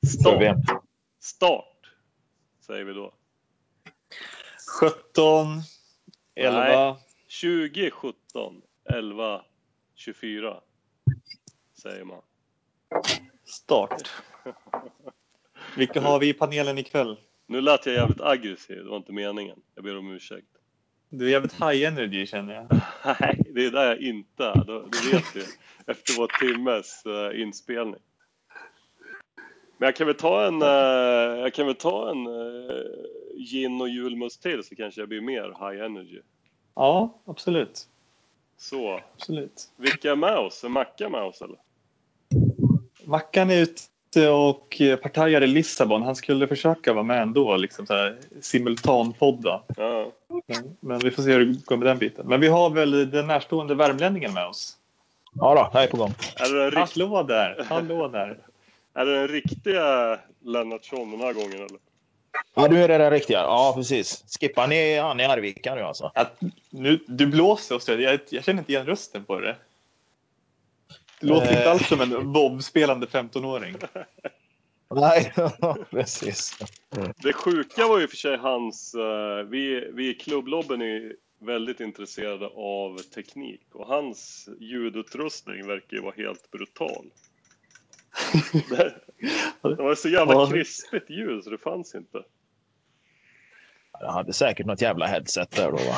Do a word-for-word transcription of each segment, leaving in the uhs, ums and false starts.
Start. Start, säger vi då. sjutton, elva. Nej, tjugo, sjutton, elva, tjugofyra, säger man. Start. Vilka har vi i panelen ikväll? Nu lät jag jävligt aggressiv, det var inte meningen. Jag ber om ursäkt. Du är jävligt high energy, känner jag. Nej, det är där jag inte är. Det vet vi efter vår timmes uh, inspelning. Men jag kan väl ta en, uh, jag kan väl ta en uh, gin och julmust till, så kanske jag blir mer high energy. Ja, absolut. Så, absolut. Vilka är med oss? Är Macka med oss eller? Mackan är ute och partajar i Lissabon. Han skulle försöka vara med ändå, liksom så här simultanpodda. Ja. Men, men vi får se hur det går med den biten. Men vi har väl den närstående värmlänningen med oss. Ja då, jag är på gång. Är det en rikt... Hallå där, hallå där. Är det den riktiga Lennartsson den här gången eller? Ja, du är det där riktiga. Ja, precis. Skippar ni han i Arvika nu alltså? Att, nu, du blåser oss. Jag, jag känner inte igen rösten på det. Det låter Eh. inte alls som en Bob-spelande femtonåring. Nej, precis. Det sjuka var ju för sig hans... Uh, vi, vi i klubblobben är väldigt intresserade av teknik. Och hans ljudutrustning verkar ju vara helt brutal. det, det var så jävla krispigt ljud så det fanns inte. Jag hade säkert något jävla headset där då, va?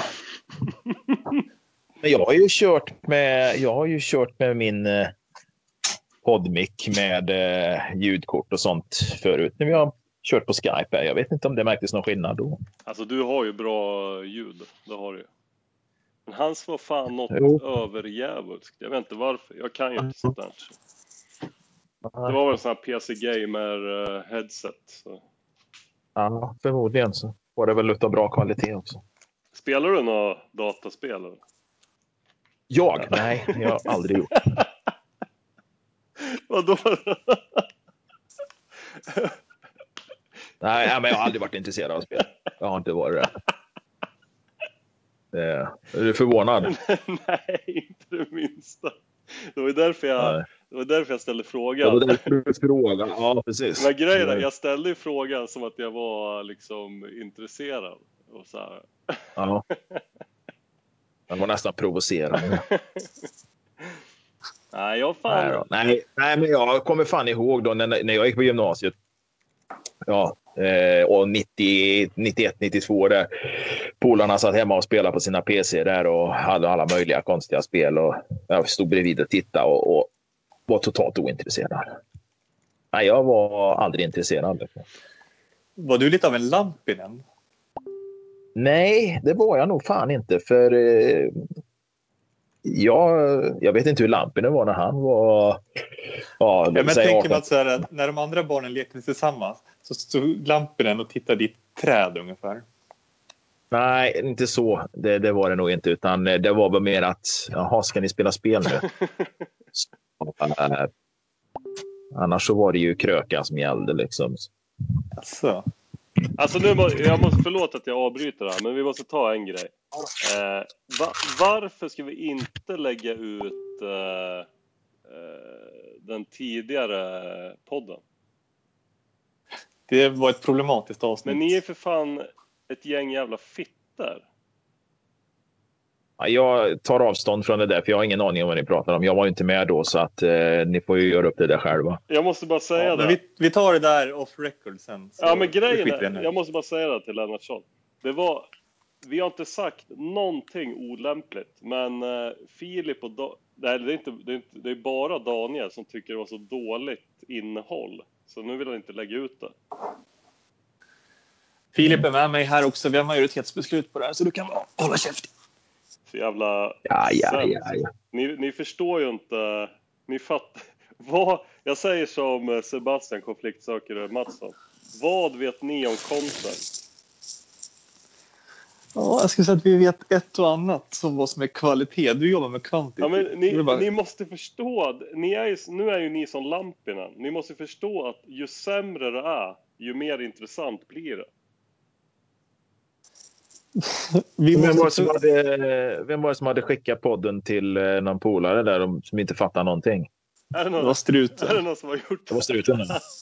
Men jag har ju kört med, jag har ju kört med min eh, poddmic med eh, ljudkort och sånt förut. När vi har kört på Skype. Jag vet inte om det märktes någon skillnad då. Alltså du har ju bra ljud, det har du ju. Men hans var fan något Jo. överjävulskt. Jag vet inte varför, jag kan ju inte sånt där. Det var väl en sån här P C Gamer uh, headset. Så. Ja, förmodligen så var det väl utav bra kvalitet också. Spelar du några dataspel? Eller? Jag? Nej, jag har aldrig gjort. Vadå? Nej, men jag har aldrig varit intresserad av spel. Jag har inte varit det. Är du förvånad? Nej, inte det minsta. Det var därför jag, det var därför jag ställde frågan. Det var därför du frågade. Ja, precis. Men grejen är, jag ställde ju frågan som att jag var liksom intresserad. Och så här. Ja. Det var nästan provocerande. Nej, jag fan... Nej, nej, nej, men jag kommer fan ihåg då när, när jag gick på gymnasiet. Ja, eh, och nittio, nittioett, nittiotvå där. Polarna satt hemma och spelade på sina P C där och hade alla möjliga konstiga spel. Och jag stod bredvid och tittade och, och var totalt ointresserad. Nej, jag var aldrig intresserad. Var du lite av en Lampinen? Nej, det var jag nog fan inte. För eh, jag, jag vet inte hur Lampinen var när han var... Ja, Ja, men jag säg tänker arton. mig att så här, när de andra barnen lekte tillsammans så stod Lampinen och tittade i ett träd ungefär. Nej, inte så. Det, det var det nog inte. Utan det var väl mer att, jaha, ska ni spela spel nu? Så, äh, annars så var det ju krökan som gällde liksom. Alltså. Alltså nu må, jag måste förlåta att jag avbryter det här, men vi måste ta en grej. Eh, va, varför ska vi inte lägga ut eh, eh, den tidigare podden? Det var ett problematiskt avsnitt. Men ni är för fan ett gäng jävla fitter. Ja, jag tar avstånd från det där, för jag har ingen aning om vad ni pratar om. Jag var ju inte med då, så att eh, ni får ju göra upp det där själva. Jag måste bara säga ja, det. Men vi, vi tar det där off record sen. Ja, men grejen är, jag måste bara säga det till Lennartsson. Det var, vi har inte sagt någonting olämpligt, men uh, Filip och da- nej, det är inte, det är inte, det är bara Daniel som tycker det var så dåligt innehåll. Så nu vill han inte lägga ut det. Filip är med mig här också. Vi har majoritetsbeslut på det här, så du kan bara hålla käft. Så jävla Ja, ja, ja, ja. Ni, ni förstår ju inte. Ni fattar. Vad, jag säger som Sebastian, konfliktsökare Mattsson. Vad vet ni om content? Ja, jag skulle säga att vi vet ett och annat som vad som är kvalitet. Du jobbar med kvantitet. Ja, men ni, bara... ni måste förstå. Ni är ju, nu är ju ni som Lampinen. Ni måste förstå att ju sämre det är, ju mer intressant blir det. vi Vem, var det måste... som hade, vem var det som hade skickat podden till eh, någon polare där som inte fattar någonting? Är det, någon, Det var struten. är det någon som har gjort det? Det var struten.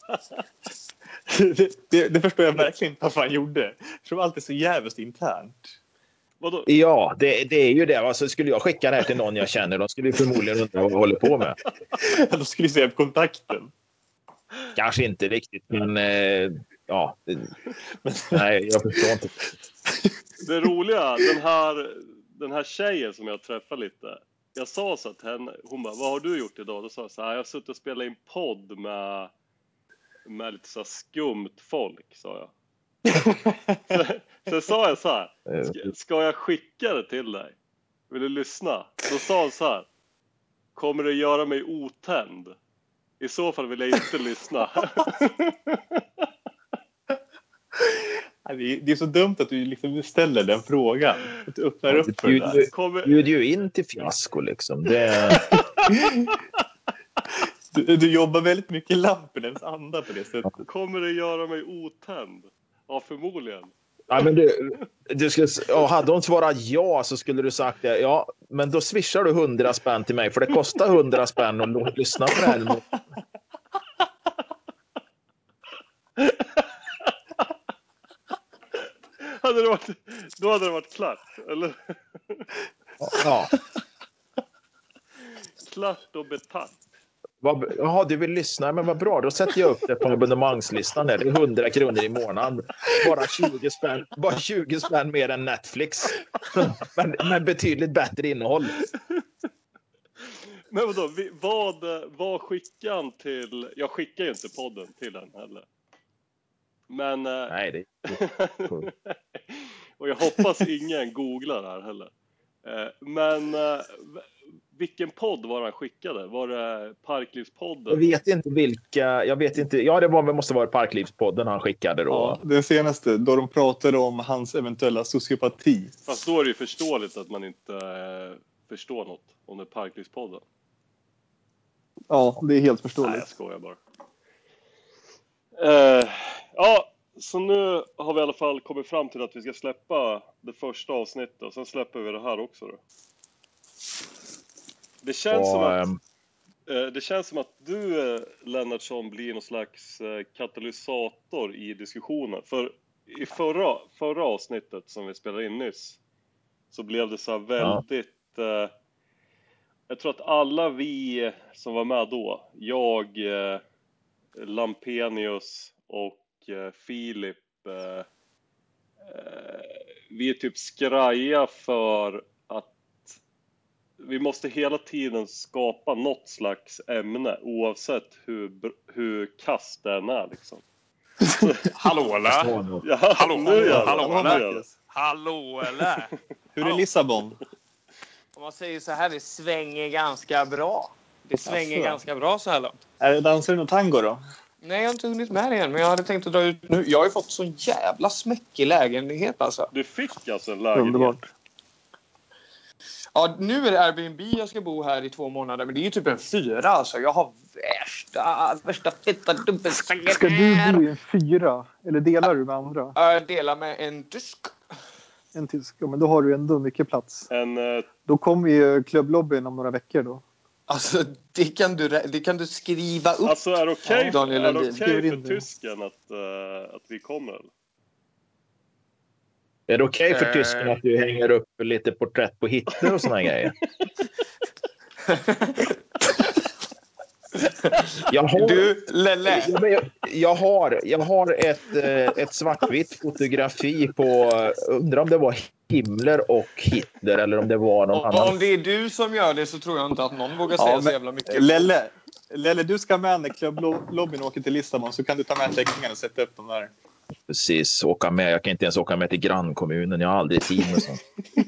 det, det, det förstår jag verkligen inte vad han gjorde. För det var alltid så jävligt internt. Vadå? Ja, det, det är ju det. Alltså, skulle jag skicka det här till någon jag känner, de skulle förmodligen undra vad jag håller på med. De skulle se på kontakten. Kanske inte riktigt, men eh, ja. Nej, jag förstår inte. Det roliga, den här, den här tjejen som jag träffade lite. Jag sa så till henne, hon bara, vad har du gjort idag? Då sa jag så här, jag har suttit och spelat in podd med, med lite så här skumt folk, sa jag. så, så sa jag så här, ska, ska jag skicka det till dig? Vill du lyssna? Då sa hon så här, kommer det göra mig otänd? I så fall vill jag inte lyssna. Det är så dumt att du liksom ställer den frågan. Att du öppnar upp för det där. Du Kommer... bjuder ju in till fiasko liksom. Det... du, du jobbar väldigt mycket i lampens anda på det sättet. Kommer det göra mig otänd? Ja, förmodligen. Ja, men du, du skulle, ja, hade hon svarat ja så skulle du sagt det. Ja, men då swishar du hundra spänn till mig. För det kostar hundra spänn om du lyssnar på det här. hade det varit, då hade det varit klart, eller? Ja. Klart och betalt. Vad, jaha, du vill lyssna, men vad bra. Då sätter jag upp det på abonnemangslistan. Där. Det är hundra kronor i månaden. Bara tjugo spänn, bara tjugo spänn mer än Netflix. men, men betydligt bättre innehåll. Men vadå, vi, vad, vad skickar han till? Jag skickar ju inte podden till den heller. Men... Nej, det är... och jag hoppas ingen googlar här heller. Men vilken podd var han skickade? Var det Parklivspodden? Jag vet inte vilka, jag vet inte. Ja, det var, det måste vara Parklivspodden han skickade då. Ja, den senaste, då de pratade om hans eventuella sociopati. Fast då är det ju förståeligt att man inte eh, förstår något om det är Parklivspodden. Ja, det är helt förståeligt. Nej, jag skojar bara. Eh, ja, så nu har vi i alla fall kommit fram till att vi ska släppa det första avsnittet. Och sen släpper vi det här också då. Det känns, och, som att, um, eh, det känns som att du, eh, Lennartsson, blir någon slags eh, katalysator i diskussionen. För i förra, förra avsnittet som vi spelade in nyss så blev det så här väldigt... Ja. Eh, jag tror att alla vi som var med då, jag, eh, Lampenius och eh, Filip, eh, eh, vi är typ skraja för att vi måste hela tiden skapa något slags ämne oavsett hur, hur kast den är liksom. Hallå eller? Ja, Hallå, nu gör det. hallå, Nu eller? gör det. Hallå eller? Hur är Lissabon? Om man säger så här, det svänger ganska bra. Det svänger Asså. ganska bra så här långt. Är det dansar du någon tango då? Nej, jag har inte hunnit med det än, men jag hade tänkt att dra ut nu. Jag har ju fått sån jävla smäckig lägenhet alltså. Du fick alltså en lägenhet? Underbart. Ja, nu är det Airbnb, jag ska bo här i två månader, men det är ju typ en fyra alltså. Jag har värsta, värsta feta dubbelsängen. Ska du bo i en fyra? Eller delar du med andra? Jag delar med en tysk. En tysk? Ja, men då har du ändå mycket plats. En, uh... Då kommer ju klubblobbyn om några veckor då. Alltså, det kan du, det kan du skriva upp. Alltså, är det okej ja, Daniel är det Lundin. okej för tysken att, uh, att vi kommer? Eller? Är det okej för Eh. tysken att du hänger upp lite porträtt på Hitler och såna grejer? Jag har, du, Lelle. Jag, jag, har, jag har ett, ett svartvitt fotografi på, undrar om det var Himmler och Hitler eller om det var någon och, annan. Om det är du som gör det så tror jag inte att någon vågar säga ja, så jävla mycket. Lelle, Lelle, du ska med när klubblobbyn åker till Lissabon så kan du ta med teckningarna och sätta upp dem där. Precis, åka med. Jag kan inte ens åka med till grannkommunen. Jag har aldrig tid med sånt.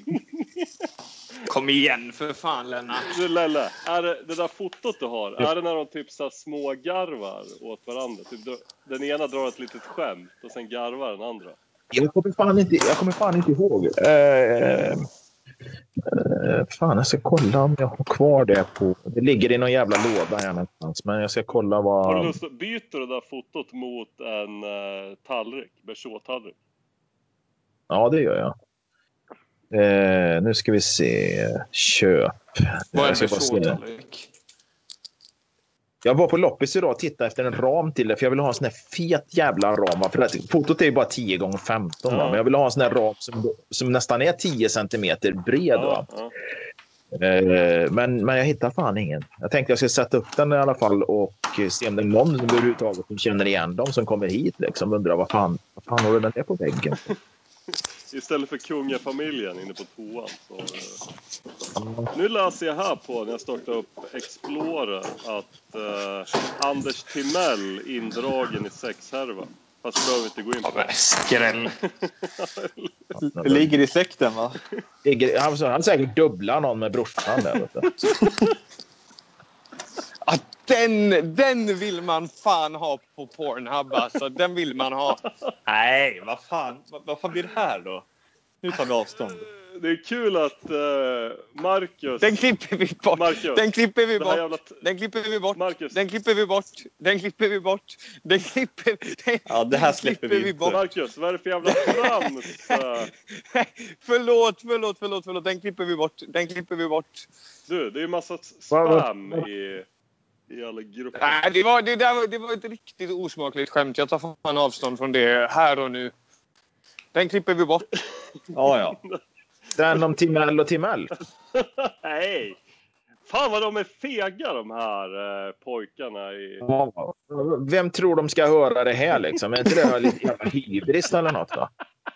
Kom igen för fan, Lennart. Du, Lelle, är det, det där fotot du har, är det när de typ så små garvar åt varandra? Typ, den ena drar ett litet skämt och sen garvar den andra. Jag kommer fan inte, jag kommer fan inte ihåg. Eh, eh, fan, jag ska kolla om jag har kvar det på... Det ligger i någon jävla låda här någonstans. Men jag ska kolla vad... Har du lust att byta det där fotot mot en uh, tallrik, berså-tallrik? Ja, det gör jag. Eh, nu ska vi se. Köp. Vad är Jag ska bara se. berså-tallrik? Jag var på loppis idag och tittade efter en ram till det. För jag vill ha en sån här fet jävla ram. För att fotot är ju bara tio gånger femton. Ja. Men jag vill ha en sån här ram som, som nästan är tio centimeter bred. Ja, ja. Eh, men, men jag hittar fan ingen. Jag tänkte jag ska sätta upp den i alla fall och se om det är någon som överhuvudtaget som känner igen dem som kommer hit. Liksom undrar vad fan, vad fan har du den där på väggen? Istället för kungafamiljen inne på toan. Så, eh. Nu läser jag här på när jag startar upp Explorer att eh, Anders Timell indragen i sexhärva. Fast det behöver vi inte gå in på. Ja, skräll. Det ligger i släkten, va? Han, han säkert dubblar någon med brorsan där. Vet du. Ja, den, den vill man fan ha på Pornhub. Alltså. Den vill man ha. Nej, vad fan. Vad, vad fan blir det här då? Nu tar vi avstånd. Det är kul att uh, Marcus... Den klipper vi bort. Marcus, den klipper vi bort. jävla... Den klipper vi bort. Marcus. Den klipper vi bort. Den klipper vi bort. Den klipper den, Ja, det här släpper vi inte. bort. Marcus, vad är det för jävla trams? Uh... förlåt, förlåt, förlåt, förlåt. Den klipper vi bort. Den klipper vi bort. Du, det är ju massa spam i, i alla grupper. Nej, det var, det, där, det var ett riktigt osmakligt skämt. Jag tar fan avstånd från det här och nu. Den klipper vi bort. Ja, ja. Den om Timell och Timell. Nej! Fan vad de är fega de här eh, pojkarna i... Ja. Vem tror de ska höra det här liksom? Är inte det lite jävla hybris eller något va?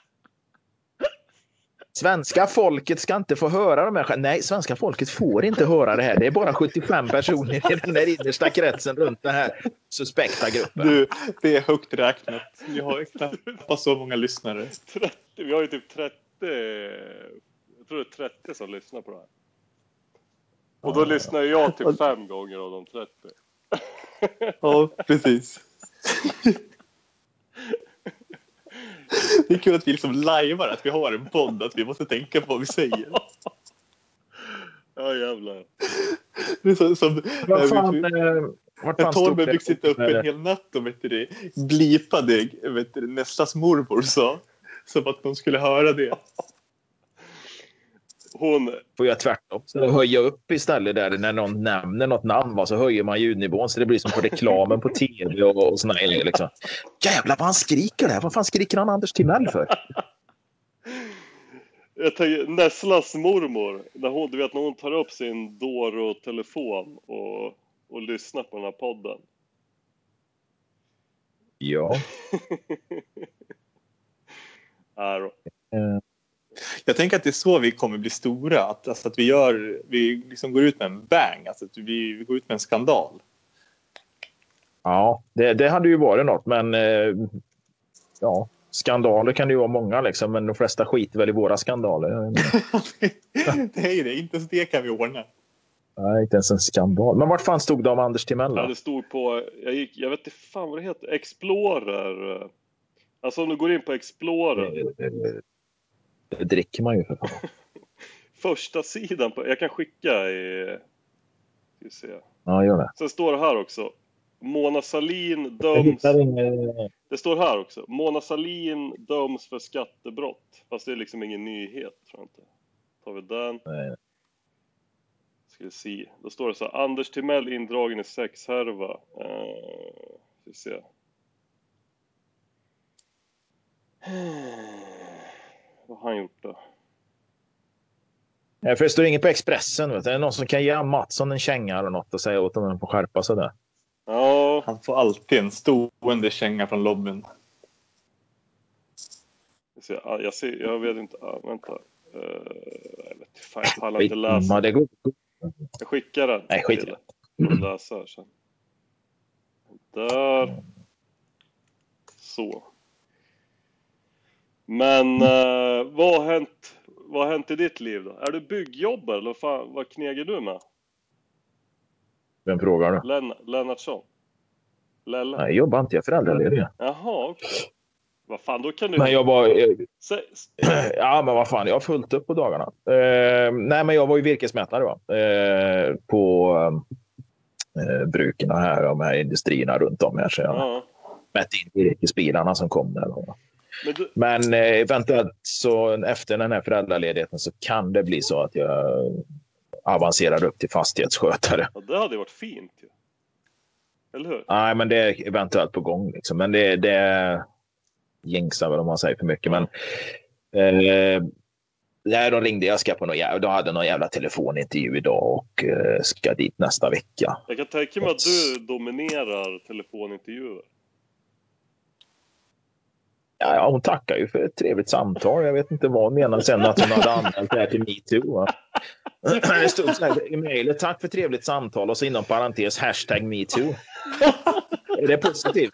Svenska folket ska inte få höra de här. Nej, svenska folket får inte höra det här. Det är bara sjuttiofem personer i den där innersta kretsen runt den här suspekta gruppen. Du, det är högt räknat. Vi har knappast så många lyssnare. trettio, vi har ju typ trettio... Jag tror det är trettio som lyssnar på det här. Och då lyssnar jag typ fem gånger av de trettio. Ja, precis. Det är kul att vi liksom lajvar att vi har en podd, att vi måste tänka på vad vi säger. Ja, jävlar. Det är så, som... Vad fan, vi, eh, vart fan Torben stod det? fick sitta upp en hel natt och vet du, blipade vet du, nästas mormor sa. Som att de skulle höra det. Hon... Får jag tvärtom. Så höja upp istället där när någon nämner något namn va, så höjer man ljudnivån så det blir som på reklamen på tv och, och såna här liksom. Jävlar vad han skriker där. Vad fan skriker han Anders Timell för? Jag tänker Nesslas mormor när hon, du vet när hon tar upp sin Doro-telefon och, och lyssnar på den här podden. Ja. Är då. Eh. Jag tänker att det är så vi kommer bli stora. Att, alltså, att vi, gör, vi liksom går ut med en bang. Alltså, att vi, vi går ut med en skandal. Ja, det, det hade ju varit något. Men eh, ja, skandaler kan det ju vara många. Liksom, men de flesta skiter väl i våra skandaler. Det är det. Inte ens det kan vi ordna. Nej, inte ens en skandal. Men vart fan stod det om Anders Timell då? Ja, det stod på, jag, gick, jag vet inte fan vad det heter, Explorer. Alltså om du går in på Explorer. Det, det dricker man ju för fan. Första sidan på, jag kan skicka i, ska vi se. Ja, gör det. Sen står det här också. Mona Sahlin döms. Det står här också. Mona Sahlin döms för skattebrott. Fast det är liksom ingen nyhet, tror jag inte. Tar vi den. Nej. Ska vi se. Då står det så här. Anders Timell indragen i sexhärva. Uh, ska vi se. Vad har han gjort då? Ja, för det står inget på Expressen. Vet du. Det är någon som kan ge Mattsson en känga eller något och säga åt dem att få skärpa sig där. Ja. Han får alltid en stående känga från lobbyn. Jag ser, jag, ser, jag vet inte. Ah, vänta. Uh, jag vet fan, jag pallar inte läsa. Ja, det går. Jag skickar den. Nej, skit i det. Jag läser sen. Där. Så. Men uh, vad har hänt? Vad har hänt i ditt liv då? Är du byggjobbare eller fan, vad knegar du med? Vem frågar du? Len- Lennartsson. Lella. Nej, jag jobbar inte. Jag är föräldraledig. Jaha, okej. Okay. Vad fan, då kan du... Men jag var... Sä... Ja, men vad fan. Jag har fullt upp på dagarna. Eh, nej, men jag var ju virkesmätare va? Eh, på eh, bruken här, de här industrierna runt om här. Så jag ja. mätte in virkesbilarna som kom där. Men, du... men eh, eventuellt så efter den här föräldraledigheten så kan det bli så att jag avancerar upp till fastighetsskötare. Ja, det hade varit fint ju. Eller hur? Nej, men det är eventuellt på gång. Liksom. Men det, det är jinxar väl om man säger för mycket. Ja. Men eh, nej, de ringde. Jag ska på någon jävla, de hade någon jävla telefonintervju idag och eh, ska dit nästa vecka. Jag kan tänka mig att du dominerar telefonintervjuer. Ja, ja, hon tackar ju för ett trevligt samtal. Jag vet inte vad hon menar sen att hon hade anmält det här till MeToo. Va? Det stod så här i mejlet, tack för trevligt samtal och så inom parentes hashtag MeToo. Är det positivt?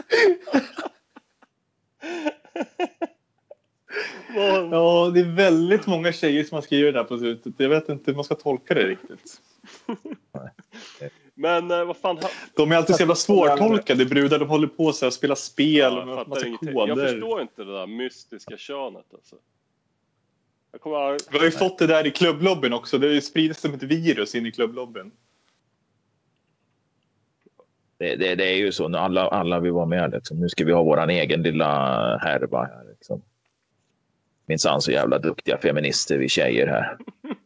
Ja, det är väldigt många tjejer som har skrivit det där på slutet. Jag vet inte hur man ska tolka det riktigt. Men eh, vad fan... Ha... De är alltid så jävla svårtolkade brudar. De håller på så här, spela spel Ja, och med fattar massa ingenting. koder. Jag förstår inte det där mystiska könet alltså. Jag kommer... Vi har ju fått det där i klubblobbyn också. Det sprids som ett virus in i klubblobbyn. Det, det, det är ju så. Alla, alla vill vara med. Liksom. Nu ska vi ha vår egen lilla härva här. Liksom. Minsann så jävla duktiga feminister vi tjejer här.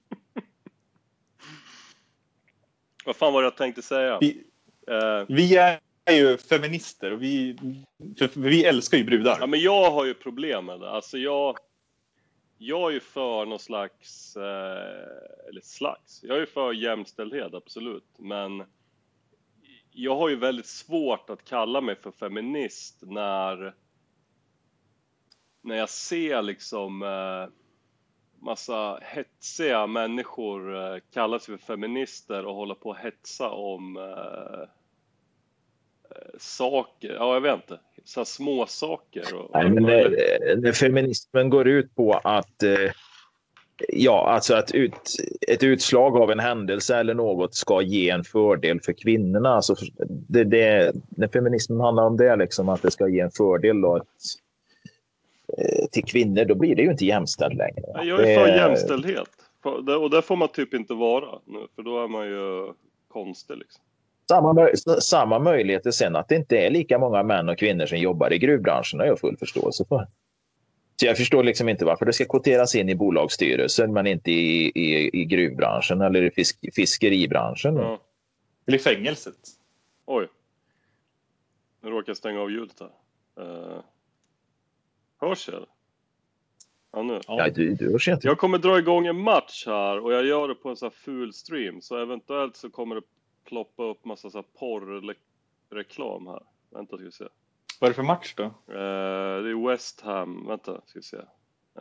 Vad fan var det jag tänkte säga? Vi, uh... vi är ju feminister och vi, för, för vi älskar ju brudar. Ja, men jag har ju problem med det. Alltså jag... Jag är ju för någon slags... Eh... Eller slags. Jag är ju för jämställdhet, absolut. Men... Jag har ju väldigt svårt att kalla mig för feminist när... När jag ser liksom... Eh... massa hetsiga människor eh, kallar sig för feminister och håller på att hetsa om eh, eh, saker, ja jag vet inte, så här små saker. Och, Nej, men och, det, eller... när feminismen går ut på att eh, ja, alltså att ut, ett utslag av en händelse eller något ska ge en fördel för kvinnorna. Alltså det, det, när feminismen handlar om det, liksom, att det ska ge en fördel då, att till kvinnor, då blir det ju inte jämställd längre. Jag är för jämställdhet. Och där får man typ inte vara nu, för då är man ju konstig liksom. Samma, samma möjligheter sen att det inte är lika många män och kvinnor som jobbar i gruvbranschen har jag full förståelse för. Så jag förstår liksom inte varför det ska kvoteras in i bolagsstyrelsen men inte i, i, i gruvbranschen eller i fisk, fiskeribranschen. Ja. Eller i fängelset. Oj. Nu råkar jag stänga av ljudet här. Uh... Hörs jag? Ja, nu. Ja, du, du hörs inte. Jag kommer dra igång en match här och jag gör det på en sån här full stream. Så eventuellt så kommer det ploppa upp massa så här porrreklam här. Vänta, ska vi se. Vad är det för match då? Uh, det är West Ham. Vänta, ska vi se. Uh,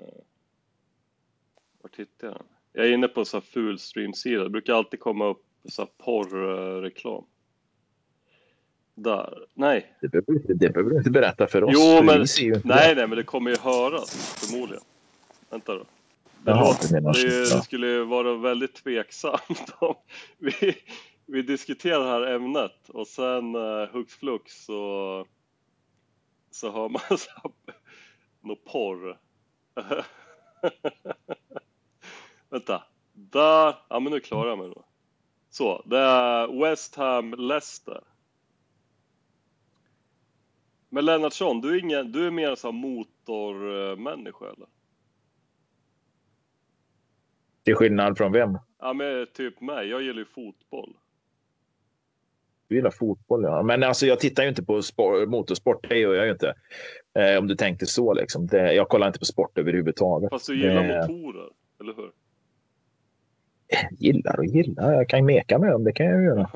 var tittar jag? Jag är inne på en sån här full stream-sida. Det brukar alltid komma upp så här porrreklam. Där. Nej. Det behöver, det behöver du inte berätta för oss. Jo, för men... vi ser ju inte nej, det. nej, men det kommer ju höras förmodligen. Vänta då. Det, Jaha, låter, det, det, det skulle vara väldigt tveksamt om vi, vi diskuterar det här ämnet och sen uh, hux flux så, så hör man så här, något porr. Vänta, där, ja men nu klarar jag mig då. Så, det är West Ham Leicester. Men Lennartsson, du är, ingen, du är mer så här motormänniska eller? Till skillnad från vem? Ja, men typ mig. Jag gillar ju fotboll. Du gillar fotboll, ja. Men alltså, jag tittar ju inte på sport, motorsport, det gör jag ju inte. Eh, om du tänkte så, liksom. Det, jag kollar inte på sport överhuvudtaget. Fast du gillar det... motorer, eller hur? Gillar och gillar. Jag kan meka med dem, det kan jag göra.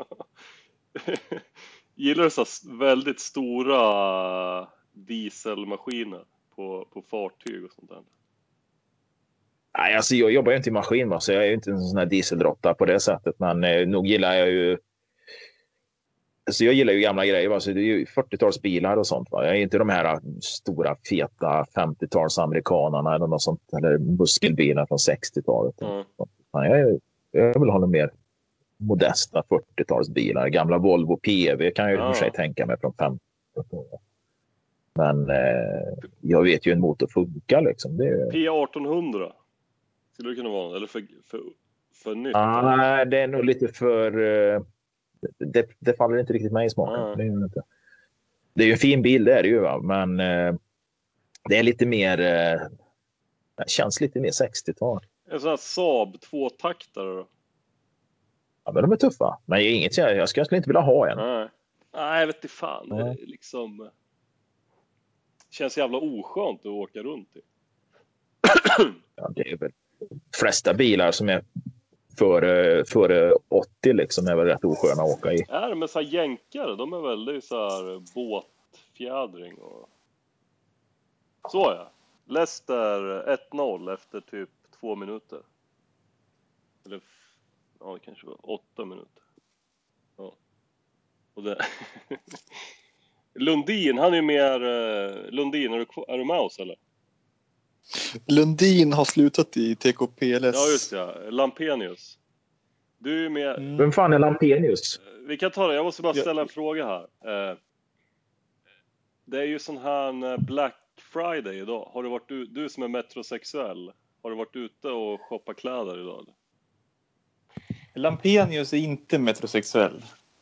Gillar du så väldigt stora dieselmaskiner på, på fartyg och sånt där? Nej, alltså jag jobbar ju inte i maskin, va, så jag är ju inte en sån här dieselrotta på det sättet. Men eh, nog gillar jag ju... Alltså jag gillar ju gamla grejer, va? Så det är ju fyrtiotalsbilar och sånt. Va? Jag är inte de här stora, feta femtiotals amerikanerna eller något sånt. Eller muskelbilar från sextiotalet. Mm. Nej, jag, jag vill ha några mer modesta fyrtiotalsbilar. Gamla Volvo P V kan jag ju Ja. för sig tänka mig från femtiotalet. Men eh, jag vet ju en motor funkar liksom. Det är... P arton hundra skulle det kunna vara, eller för, för, för nytt? Ah, nej, det är nog lite för... Uh, det, det faller inte riktigt mig i smaken. Ah. Det är ju inte. Det är ju en fin bil, det är det ju, va? Men uh, det är lite mer... Uh, det känns lite mer sextiotal. En sån här Saab tvåtaktare då? Ja, men de är tuffa. Men jag, inget, jag, jag skulle inte vilja ha en. Nej, Nej jag vet inte fan. Det Nej. är liksom... känns jävla oskönt att åka runt i. Ja, det är väl flesta bilar som är före, före åttio liksom är väl rätt osköna att åka i. Är det med så här jänkare? De är väldigt så här båtfjädring och... Så ja. Leicester ett noll efter typ två minuter. Eller... Ja, det kanske var åtta minuter. Ja. Och det... Lundin, han är ju mer... Lundin, är du, är du med oss eller? Lundin har slutat i T K P L S. Ja, just ja. Lampenius. Du är med... Mm. Vem fan är Lampenius? Vi kan ta det, jag måste bara Ja. ställa en fråga här. Eh, Det är ju sån här Black Friday idag. Har du varit u- du som är metrosexuell, har du varit ute och shoppat kläder idag? Eller? Lampenius är inte metrosexuell.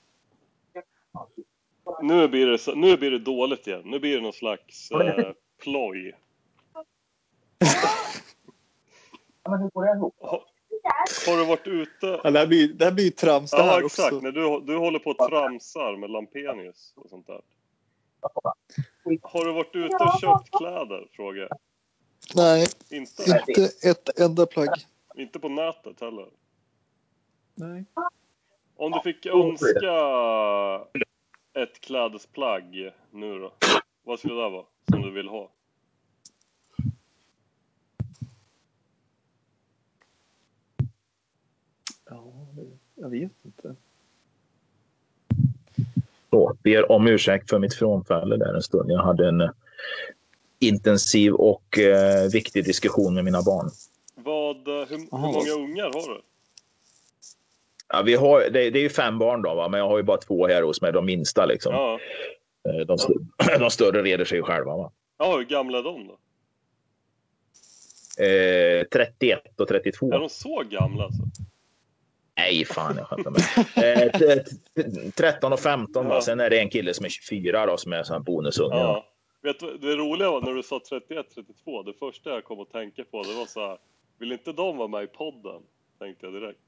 Nu blir det så, nu blir det dåligt igen. Nu blir det någon slags eh, ploj. Ha, har du varit ute? Ja, det här blir, det här blir ju trams det Ja, här exakt. också. När du, du håller på och tramsar med Lampenius och sånt där. Har du varit ute och köpt kläder? Fråga jag. Nej, Inte? inte ett enda plagg. Inte på nätet heller. Nej. Om du fick önska ett klädesplagg nu då, vad skulle det vara som du vill ha? Ja, jag vet inte. Så, ber om ursäkt för mitt frånfälle där en stund. Jag hade en intensiv och eh, viktig diskussion med mina barn. Vad, hur, hur många ungar har du? Ja, vi har, det, det är ju fem barn då, va? Men jag har ju bara två här hos mig, de minsta liksom. Ja. De, de större reder sig ju själva, va? Ja, hur gamla är de då? Eh, trettioett och trettiotvå. Är de så gamla alltså? Nej, fan, jag skämtar med. Eh, t- t- tretton och femton då. Ja. Sen är det en kille som är tjugofyra då, som är sån här bonusunge. Ja. Då. Vet du, det roliga var när du sa trettioett trettiotvå, det första jag kom att tänka på, det var så här, vill inte de vara med i podden? Tänkte jag direkt.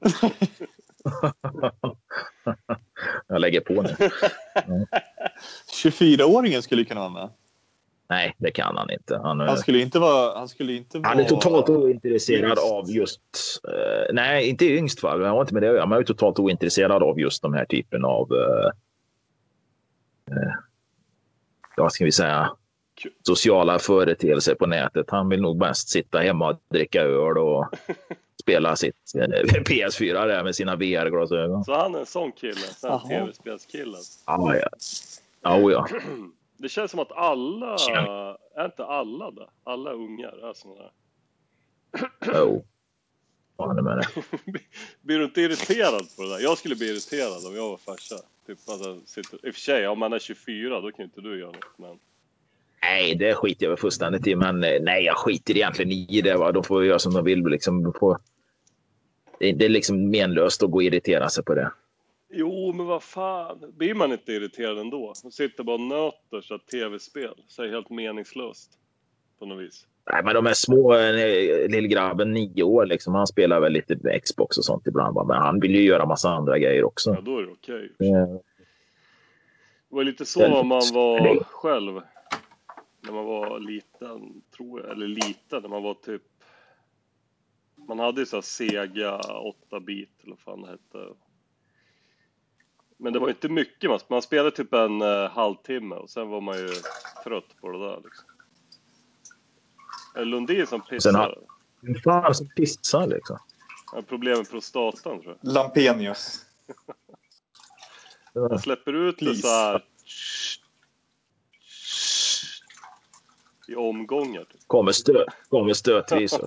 Jag lägger på nu. Mm. tjugofyraåringen skulle kunna vara med. Nej, det kan han inte. Han, Han skulle inte vara... Han, skulle inte vara... han är totalt ointresserad yngst. av just... Uh, nej, inte yngst, va? Jag har inte med det att göra. Man är totalt ointresserad av just de här typen av... Uh, uh, vad ska vi säga? Sociala företeelser på nätet. Han vill nog bäst sitta hemma och dricka öl och spela sitt uh, P S fyra där med sina V R-glasögon. Så han är en sån kille, en tv-spelskille. Ah, ja, ja. Oh, ja. Det känns som att alla, är inte alla det? Alla ungar är sådana där. Jo. Ja, det med det. Blir du inte irriterad på det där? Jag skulle bli irriterad om jag var farsa. Typ att jag sitter... I och för sig, om man är tjugofyra, då kan inte du göra något. Men... Nej, det skiter jag väl fullständigt i. Men nej, jag skiter egentligen i det. Va? De får göra som de vill. Liksom. De får... det, det är liksom menlöst att gå och irritera sig på det. Jo, men vad fan. Blir man inte irriterad ändå? De sitter bara och nöter så att tv-spel. Så är helt meningslöst. På något vis. Nej, men de är små. Lillgrabben, nio år, liksom, han spelar väl lite Xbox och sånt ibland. Va? Men han vill ju göra massa andra grejer också. Ja, då är det okej. Okay. Det var lite så man var själv. När man var liten, tror jag. Eller liten, när man var typ... Man hade ju så här Sega åtta bit, eller vad fan det hette. Men det var inte mycket. Man, man spelade typ en uh, halvtimme och sen var man ju trött på det där. Liksom. Är det Lundin som pissar? Vem fan som pissar liksom? Jag har problem med prostatan, tror jag. Lampenius. Jag släpper ut det så här i omgångar. Typ. Kommer, stö kommer stötvis.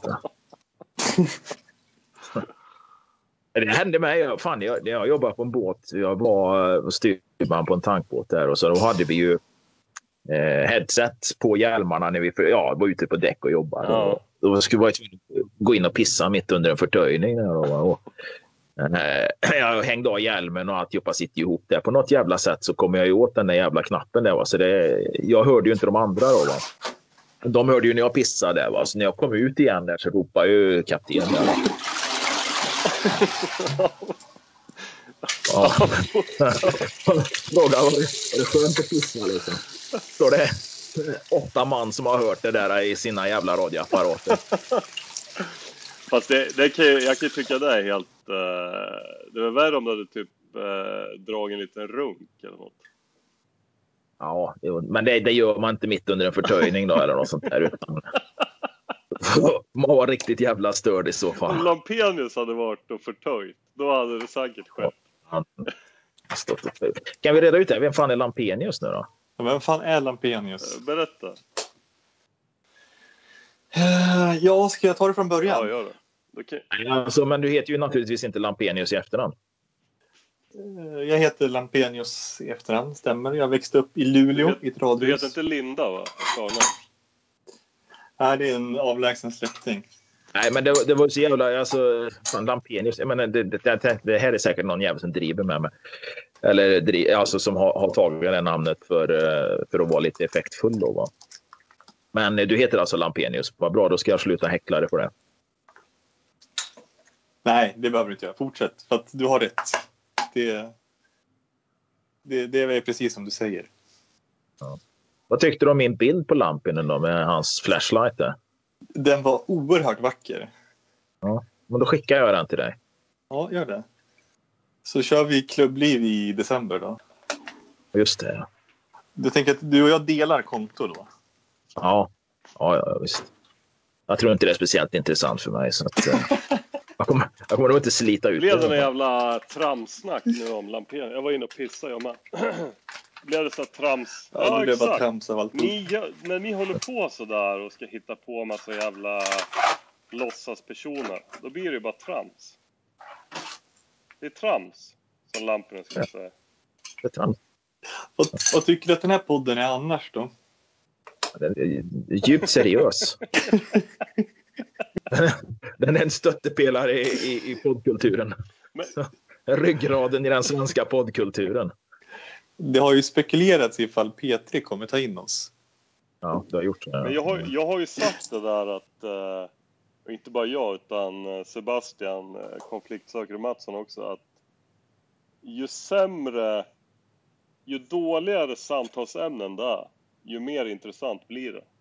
Det hände mig. Fan, jag, jag jobbade på en båt. Jag var styrman på en tankbåt där. Och så då hade vi ju eh, headset på hjälmarna när vi ja, var ute på däck och jobbade. Ja. Och, då skulle jag gå in och pissa mitt under en förtöjning. Där och, och, eh, jag hängde av hjälmen och alltihopa sitter ihop där. På något jävla sätt så kommer jag ju åt den där jävla knappen där. Va? Så det, jag hörde ju inte de andra då. Va? De hörde ju när jag pissade där. Va? Så när jag kom ut igen där så ropade ju kaptenen där. Va? Ja. Fråga var det, är det skönt att pissa liksom? Så det är åtta man som har hört det där i sina jävla radioapparater. Fast det, det kan, jag kan tycka det är helt... Uh, det var värre om du hade typ uh, dragit en liten runk eller något. Ja, men det, det gör man inte mitt under en förtöjning då eller något sånt där. Utan man var riktigt jävla störd i så fall. Om Lampenius hade varit och förtöjt, då hade det säkert skett. Ja, kan vi reda ut det? Vem fan är Lampenius nu då? Ja, vem fan är Lampenius? Uh, berätta. Uh, ja, ska jag ta det från början? Ja, gör det. Okay. Alltså, men du heter ju naturligtvis inte Lampenius i efternamn. Uh, jag heter Lampenius i efternamn, stämmer. Jag växte upp i Luleå du, i ett radhus. Du heter inte Linda, va? Nej, det är en avlägsen släkting. Nej, men det, det var så jävla... Alltså, fan, Lampenius, jag menar, det, det, det, det här är säkert någon jävel som driver med mig. Eller alltså, som har, har tagit det namnet för, för att vara lite effektfull då, va? Men du heter alltså Lampenius. Vad bra, då ska jag sluta häckla det för det. Nej, det behöver du inte göra. Fortsätt, för att du har rätt. Det, det, det är precis som du säger. Ja. Vad tyckte du om min bild på Lampinen då med hans flashlight där? Den var oerhört vacker. Ja, men då skickar jag den till dig. Ja, gör det. Så kör vi klubbliv i december då. Just det. Du tänker att du och jag delar konto då? Ja, ja, ja visst. Jag tror inte det är speciellt intressant för mig. Så att, jag, kommer, jag kommer nog inte slita ut. Blev det en jävla tramsnack nu om Lampenius? Jag var inne och pissade, jag med. Blev det så trams? Ja, det blev bara trams av allt. Ni, när ni håller på så där och ska hitta på massa jävla låtsaspersoner, då blir det ju bara trams. Det är trams, som Lampenius ska säga. Det är trams. Vad, vad tycker du att den här podden är annars då? Den är djupt seriös. Den är en stöttepelare i, i, i poddkulturen. Men... Ryggraden i den svenska poddkulturen. Det har ju spekulerats ifall P tre kommer ta in oss. Ja, du har gjort det. Men jag har, jag har ju sagt det där att, och inte bara jag utan Sebastian, konfliktsökare Mattsson också, att ju sämre, ju dåligare samtalsämnen det är, ju mer intressant blir det.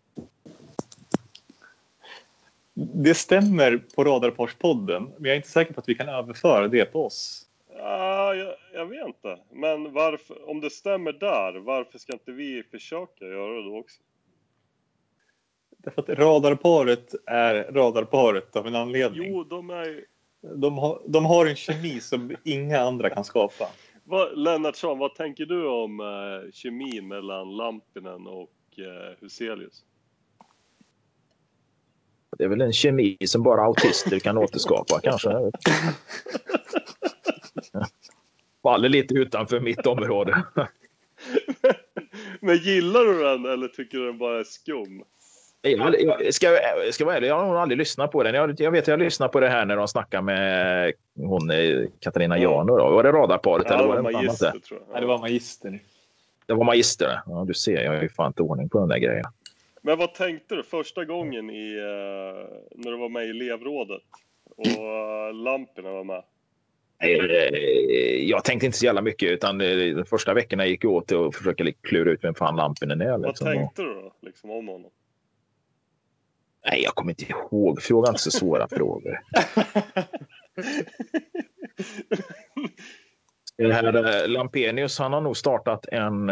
Det stämmer på Radarparspodden, men jag är inte säker på att vi kan överföra det på oss. Ja, jag, jag vet inte. Men varför, om det stämmer där, varför ska inte vi försöka göra det då också? Därför att radarparet är radarparet av en anledning. Jo, de är... De har, de har en kemi som inga andra kan skapa. Vad, Lennartsson, vad tänker du om uh, kemin mellan Lampinen och uh, Huselius? Det är väl en kemi som bara autister kan återskapa, kanske. Faller lite utanför mitt område. Men gillar du den eller tycker du den bara är skum? Jag, jag, ska, jag, ska vara ärlig, jag har nog aldrig lyssnat på den. Jag, jag vet att jag lyssnade på det här när de snackade med hon, Katarina ja. Janor. Då. Var det radarparet? Ja, eller det var var det magister, annat? tror jag. Ja. Nej, det var magister. Det var magister. Ja, du ser, jag har ju fan inte ordning på den där grejen. Men vad tänkte du första gången i, uh, när du var med i elevrådet och uh, Lampinen var med? Jag tänkte inte så jävla mycket, utan de första veckorna gick jag åt till att försöka klura ut vem fan Lampinen är. Vad liksom. tänkte du då liksom, om honom? Nej, jag kommer inte ihåg. Fråga inte så svåra frågor. Det här Lampenius, han har nog startat en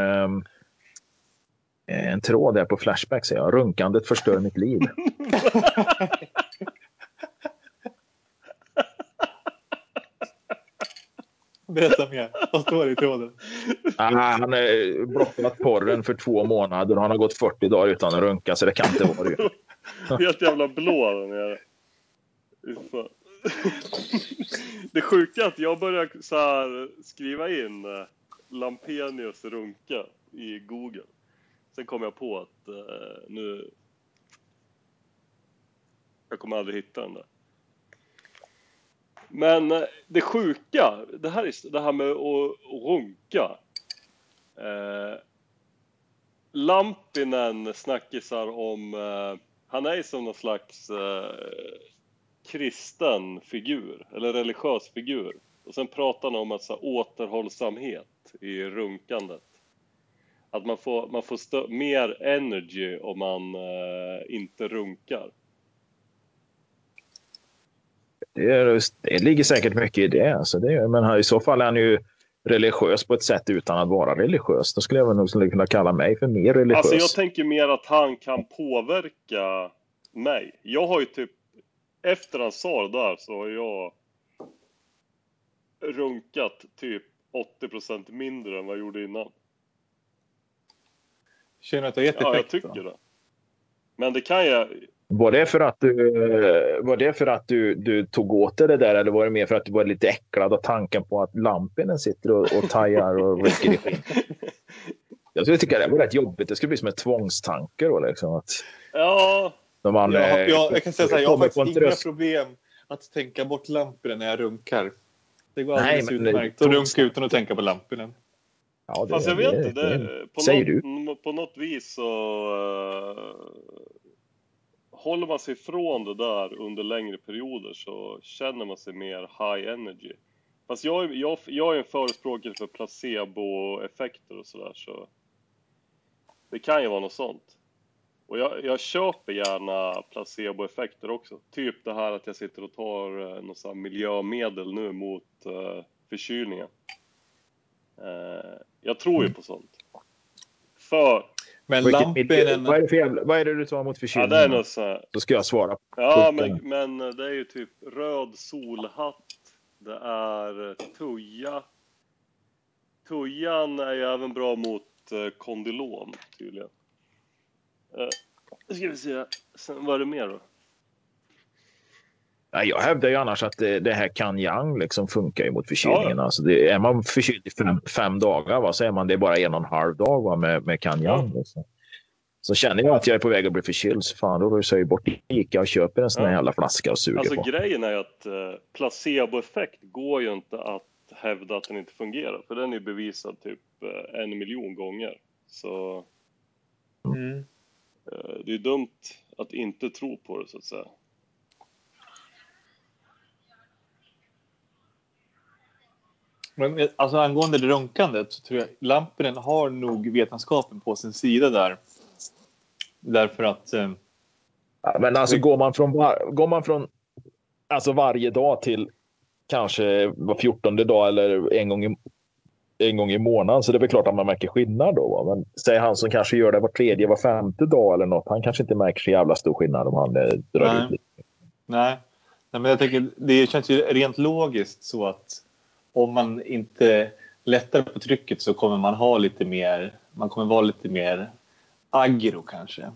en tråd där på Flashback, säger jag. Runkandet förstör mitt liv. Berätta mer. Vad står det i tråden? Ah, han har blockat porren för två månader och han har gått fyrtio dagar utan att runka, så det kan inte vara det. Helt jävla blå den är. Det sjuka är att jag började så här skriva in Lampenius runka i Google. Sen kom jag på att uh, nu jag kommer aldrig hitta den där. Men uh, det sjuka, det här, är, det här med att, att runka. Uh, Lampinen snackisar om, uh, han är som någon slags uh, kristen figur, eller religiös figur. Och sen pratar han om att så här, återhållsamhet i runkandet. Att man får, man får stö- mer energy om man eh, inte runkar. Det, är, det ligger säkert mycket i det. Alltså det men i så fall är han ju religiös på ett sätt utan att vara religiös. Då skulle jag nog kunna kalla mig för mer religiös. Alltså jag tänker mer att han kan påverka mig. Jag har ju typ, efter han sa det där så har jag runkat typ åttio procent mindre än vad jag gjorde innan. Känner du att det har gett Ja, jag effekt tycker då? det. Men det kan jag... Var det för att du, var det för att du, du tog åt dig det där eller var det mer för att du var lite äcklad av tanken på att lampen sitter och, och tajar och rycker i skinn? Jag skulle tycka det var rätt jobbigt. Det skulle bli som en tvångstanke då liksom. Att Ja, när man, Jag, har- eh, jag, jag kan säga så här, jag har kommer på faktiskt en inga tröst- problem att tänka bort lamporna när jag runkar. Det går Nej, alldeles men- utmärkt att runka utan att tänka på lamporna. Ja, det, fast jag det, vet inte. det, Det, på, säger du. något, på något vis så... Uh, håller man sig ifrån det där under längre perioder så känner man sig mer high energy. Fast jag, jag, jag är en förespråkare för placebo-effekter och sådär, så det kan ju vara något sånt. Och jag, jag köper gärna placebo-effekter också. Typ det här att jag sitter och tar eh, något sånt här miljömedel nu mot eh, förkylningen. Eh, jag tror ju på sånt. För... Men Vilket- lampen... vad, är det för jävla, vad är det du tar mot Ja, förkylning? det är något så här. Så ska jag svara. Ja, men, men det är ju typ röd solhatt. Det är tuja. Tujan är ju även bra mot eh, kondylom tydligen. Eh, nu ska vi se. Sen, vad är det mer då? Ja, jag hävdar ju annars att det, det här kanjang liksom funkar ju mot förkylningen. Ja. Alltså det, är man förkyld i fem, fem dagar va, så är man det bara en och en halv dag va, med, med kanjang. Ja. Liksom. Så känner jag att jag är på väg att bli förkyld så fan då rusar jag bort Ica och köper en sån här Ja. jävla flaska och suger Alltså på. grejen är ju att eh, placeboeffekt går ju inte att hävda att den inte fungerar. För den är bevisad typ eh, en miljon gånger. Så Mm. eh, det är dumt att inte tro på det så att säga. Men alltså angående det runkandet så tror jag lamporna har nog vetenskapen på sin sida där. Därför att... Eh, Ja, men alltså går man från, var, går man från alltså varje dag till kanske var fjortonde dag eller en gång i, en gång i månaden så det är väl klart att man märker skillnad då. Va? Men säger han som kanske gör det var tredje, var femte dag eller något, han kanske inte märker så jävla stor skillnad om han eh, drar Nej. ut lite. nej. nej, men jag tänker det känns ju rent logiskt så att om man inte lättar på trycket så kommer man ha lite mer, man kommer vara lite mer aggro kanske.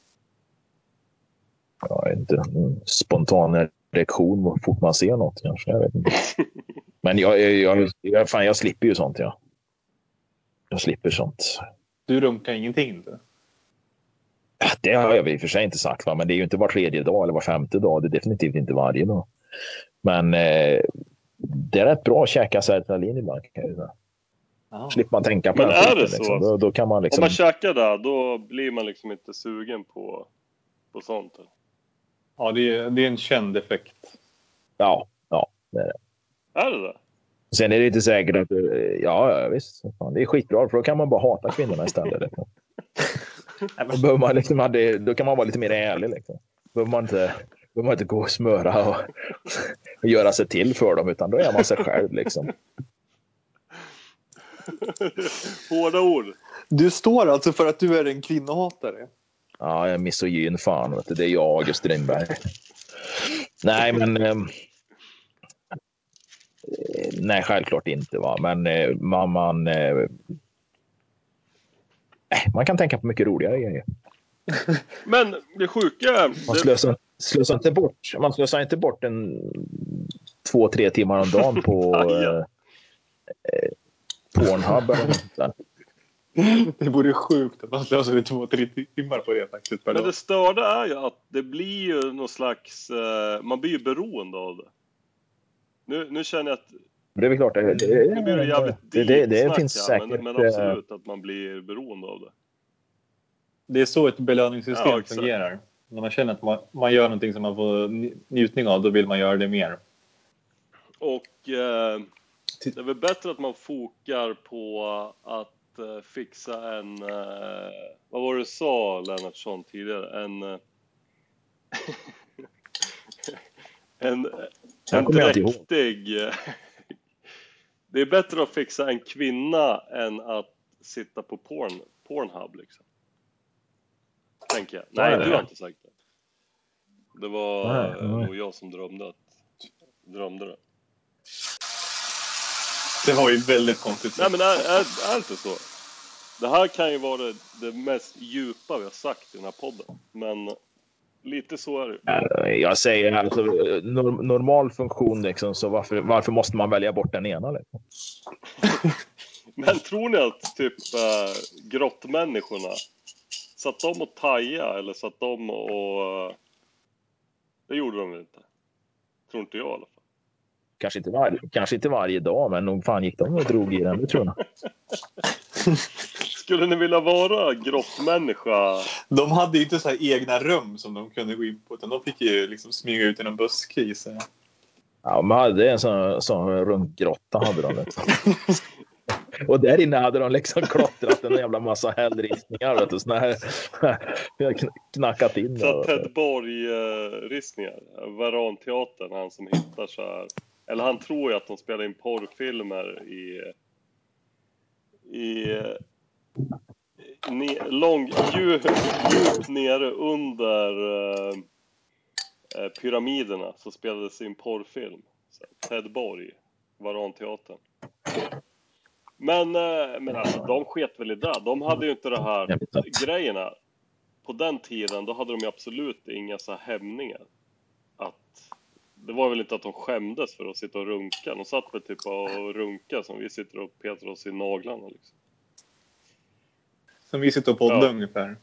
Ja, inte en spontan reaktion så fort man ser något kanske, jag vet inte. Men jag, jag, jag, jag, fan, jag slipper ju sånt, ja. Jag slipper sånt. Du runkar ingenting inte? Det har jag i och för sig inte sagt, va? Men det är ju inte var tredje dag eller var femte dag. Det är definitivt inte varje dag. Men eh, det är rätt bra att käka sertralin ibland. Ja. Slipper man tänka på Men den är skiten, det så? Liksom. Då, då kan man liksom... Om man käkar där, då blir man liksom inte sugen på, på sånt. Ja, det är, det är en känd effekt. Ja, ja, det är det. Är det det? Sen är det inte säkert att... Ja, ja visst. Fan, det är skitbra, för då kan man bara hata kvinnorna istället. Liksom. Då, behöver man liksom, då kan man vara lite mer ärlig. Liksom. Då behöver man inte, behöver man inte gå och smöra och, och göra sig till för dem, utan då är man sig själv. Liksom. Hårda ord. Du står alltså för att du är en kvinnohatare? Ja, jag är misogyn fan. Vet du. Det är jag, August Strindberg. Nej, men... Eh, nej, självklart inte. Va? Men eh, man... man eh, man kan tänka på mycket roligare grejer. Men det sjuka... Man Det... slösar, slösar inte bort, man slösar inte bort en två, tre timmar om dagen på ja. eh, Pornhub eller något sånt där. Det vore sjukt att man slösade två, tre timmar på det faktiskt per Men dag. det störda är ju att det blir ju någon slags... Eh, man blir ju beroende av det. Nu, nu känner jag att... Det är väl klart. Det, det, Nu blir det jävligt det, deep det, det snack finns här, säkert... men, men absolut att man blir beroende av det. Det är så ett belöningssystem Ja, exakt. fungerar. När man känner att man, man gör någonting som man får njutning av, då vill man göra det mer. Och eh, Det är väl bättre att man fokar på att uh, fixa en... Uh, vad var det du sa, Lennartsson, tidigare? En... Uh, en en dräktig... Det är bättre att fixa en kvinna än att sitta på porn, Pornhub, liksom. Tänker jag. Nej, du har inte sagt det. Det var nej, nej. nog jag som drömde att, drömde det. Det var ju väldigt konstigt. Nej, men är, är, är det inte så? Det här kan ju vara det, det mest djupa vi har sagt i den här podden. Men lite så är det. Jag säger alltså, normal funktion liksom, så varför, varför måste man välja bort den ena? Liksom? Men tror ni att typ äh, grottmänniskorna satt de och taja eller satt de och... Det gjorde de inte. Tror inte jag i alla fall. Kanske inte, var, kanske inte varje dag, men nog fan gick de och drog i den, det tror jag. Skulle ni vilja vara grottmänniska? De hade ju inte så här egna rum som de kunde gå in på, utan de fick ju liksom smyga ut i någon buske. Ja, de hade en sån, sån runkgrotta hade de. Vet. Och där inne hade de liksom klottrat en jävla massa hällristningar, vet du, såna här knackat in. Så Ted Borg-ristningar, Varanteatern, han som hittar så här, eller han tror ju att de spelar in porrfilmer i i ne, lång, djupt, djupt nere under uh, pyramiderna så spelades in porrfilm. Så Ted Borg, Varanteatern. Men, men alltså, de sket väl i det. De hade ju inte det här grejerna. På den tiden, då hade de ju absolut inga så här hämningar. Att, det var väl inte att de skämdes för att sitta och runka. De satt väl typ och runka som vi sitter och petar oss i naglarna. Liksom. Som vi sitter och poddar ja. Ungefär.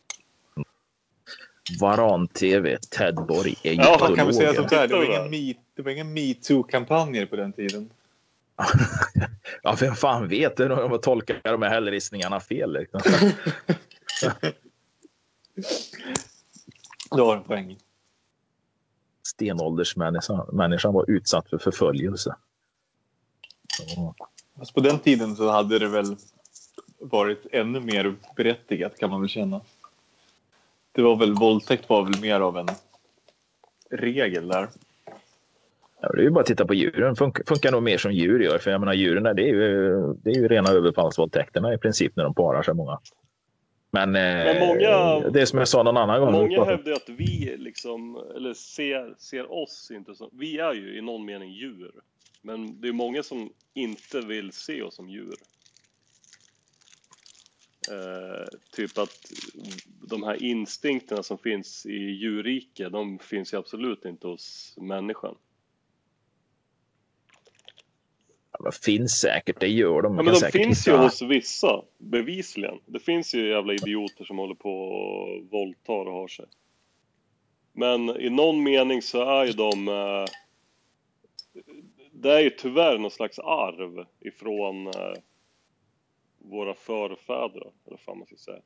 Varan-T V, Ted Borg är ju ja, kan vi säga sånt här. Det var ingen me, det var ingen MeToo-kampanjer på den tiden. Ja, vem fan vet det? De tolkar de här hällristningarna fel. Liksom. Du har en poäng. Stenåldersmänniskan människan var utsatt för förföljelse. Så. Alltså på den tiden så hade det väl varit ännu mer berättigat, kan man väl känna. Det var väl, våldtäkt var väl mer av en regel där. Ja, det är ju bara att titta på djuren. Funkar, funkar nog mer som djur gör. För jag menar, djuren där, det är ju, det är ju rena överfallsvåldtäkterna i princip när de parar sig många. Men, Men många, eh, det är som jag sa någon annan gång. Många hävdar att vi liksom, eller ser, ser oss inte som, vi är ju i någon mening djur. Men det är många som inte vill se oss som djur. Eh, typ att de här instinkterna som finns i djurrike, de finns ju absolut inte hos människan. Det finns säkert, det gör de. Ja, men de finns hitta... ju hos vissa, bevisligen. Det finns ju jävla idioter som håller på och våldtar och har sig. Men i någon mening så är ju de... Eh, det är ju tyvärr någon slags arv ifrån eh, våra förfäder, eller fan man ska säga.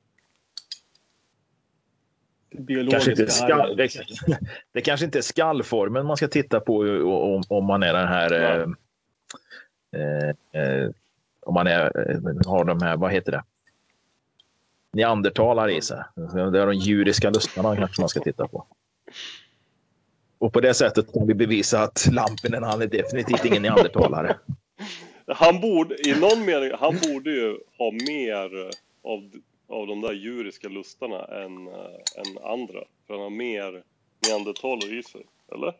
Det kanske, inte skall, det, det kanske inte är skallformen man ska titta på om, om man är den här... Eh, Eh, eh, om man är, har de här, vad heter det? Neandertalare i sig. Det är de djuriska lustarna kanske man ska titta på. Och på det sättet kan vi bevisa att Lampinen, han är definitivt ingen neandertalare. Han borde, i någon mening, han borde ju ha mer av, av de där djuriska lustarna än, än andra. För han har mer neandertalare i sig, eller?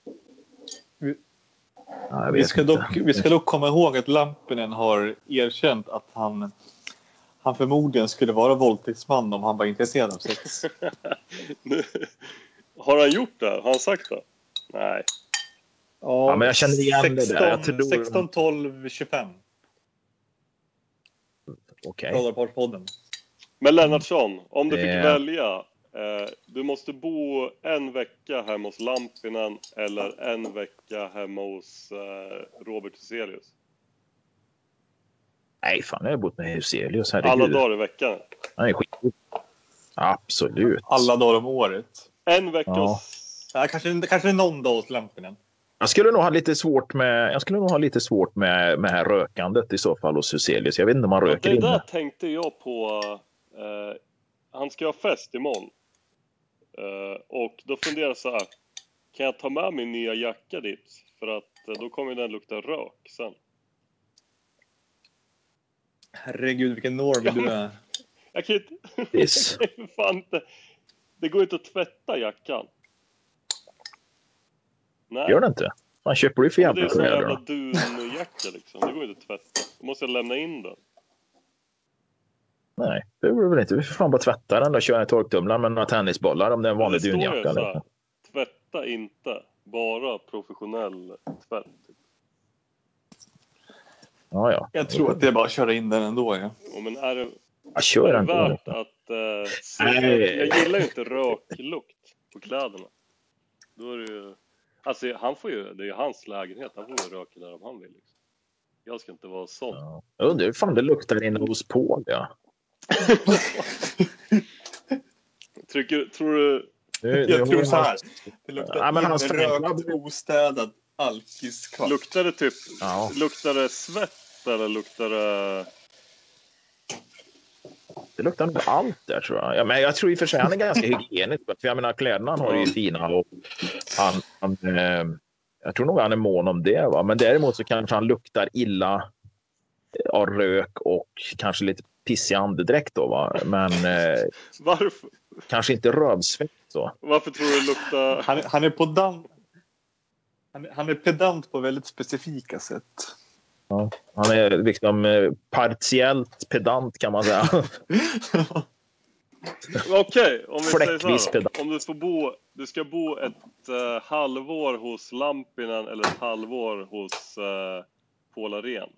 Ja, vi, ska dock, vi ska dock komma ihåg att Lampinen har erkänt att han, han förmodligen skulle vara våldtäktsman om han var intresserad av sex. Har han gjort det? Har han sagt det? Nej. Ja, men jag känner igen sexton, det där. Jag tror... sexton, tolv, tjugofem. Okej. Dollarparspodden. Men Lennartsson, om du fick det... välja... Eh, du måste bo en vecka hemma hos Lampinen eller en vecka hemma hos eh, Robert Hyselius. Nej, fan, jag har bott med Hyselius. Herregud. Alla dagar i veckan. Nej, skit. Absolut. Alla dagar om året. En vecka ja. hos... Ja, kanske, kanske någon dag hos Lampinen. Jag skulle nog ha lite svårt med jag skulle nog ha lite svårt med med här rökandet i så fall hos Huselius. Jag vet inte om man Ja, röker det inne. där tänkte jag på. Eh, han ska ha fest imorgon. Eh, och då funderar jag så här. Kan jag ta med min nya jacka dit? För att eh, då kommer den lukta rök sen. Herregud, vilken norm Ja, du men- är. Jag kan inte... Yes. jag kan fan inte... Det går inte att tvätta jackan. Nej. Gör det inte? Man köper du för Ja, men det är jävla sån kläder jävla då? dunjacka liksom. Det går inte att tvätta. Då måste jag lämna in den. Nej, det går väl inte. Vi får fan bara tvätta den och köra en torktumlare med några tennisbollar om det är en Men vanlig det står ju dunjacka. så här. Liksom. Tvätta inte. Bara professionell tvätt. Ja, ja. Jag tror att det är bara att köra in den ändå. Ja. Ja, men är det, Jag kör är det den. värt att... Eh, se, Nej. jag gillar ju inte röklukt på kläderna. Då är det ju... Alltså han får ju... Det är ju hans lägenhet. Han får ju röka där om han vill. Liksom. Jag ska inte vara sån. Ja. Jag undrar hur fan det luktar inne hos Paul. Ja. Trycker, tror du... Nu, nu Jag har tror han- så här. Det luktar Ja, men hans inrökt, föräldrar- ostädad alkiskvart. Luktar det typ... Ja. Luktar det svett eller luktar det... Det luktar nog allt där tror jag. Ja, men jag tror i och för sig han är ganska hygienisk. För jag menar kläderna han har är ju fina och han, han eh, jag tror nog han är mån om det. Va? Men däremot så kanske han luktar illa av rök och kanske lite pissig andedräkt då. Va? Men eh, Varför? kanske inte rövsvett så. Varför tror du det luktar... Han, han är på dan... han, är- han är pedant på väldigt specifika sätt. Ja. Han är liksom eh, partiellt pedant kan man säga. Okej, om vi säger Fläckvis så här då. pedant. Om du får bo, du ska bo ett uh, halvår hos Lampinen eller ett halvår hos uh, Paul Arén.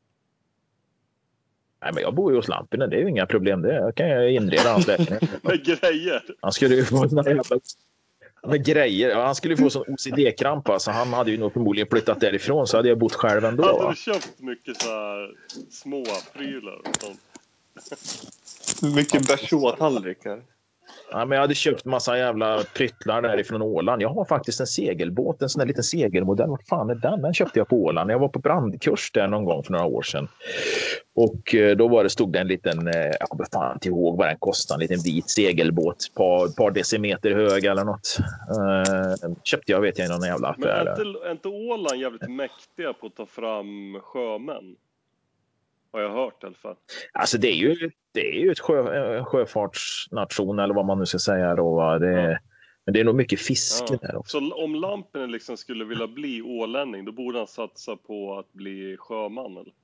Nej, men jag bor ju hos Lampinen, det är ju inga problem det. Jag kan ju inreda hans lägenhet. Med grejer. Han skulle ju få såna jävla med grejer. Ja, han skulle ju få sån O C D-krampa så han hade ju nog förmodligen flyttat därifrån så hade jag bott själv ändå. Hade Va? du köpt mycket så här små prylar och sånt? Mycket berså-tallrikar. Ja, men jag hade köpt massa jävla pryttlar därifrån Åland. Jag har faktiskt en segelbåt, en sån där liten segelmodell. Vad fan är den? Den köpte jag på Åland. Jag var på brandkurs där någon gång för några år sedan. Och eh, då var det, stod det en liten, eh, jag kommer fan inte ihåg vad den kostade, en liten vit segelbåt, par, par decimeter hög eller något. Eh, köpte jag vet jag i någon jävla affär. Men är där. inte, är inte Åland jävligt mäktiga på att ta fram sjömän? Har jag hört i alla fall. Alltså det är ju, det är ju ett sjö, en sjöfartsnation eller vad man nu ska säga då. Va? Det, Ja. Men det är nog mycket fiske Ja. där också. Så om Lampinen liksom skulle vilja bli ålänning, då borde han satsa på att bli sjöman eller?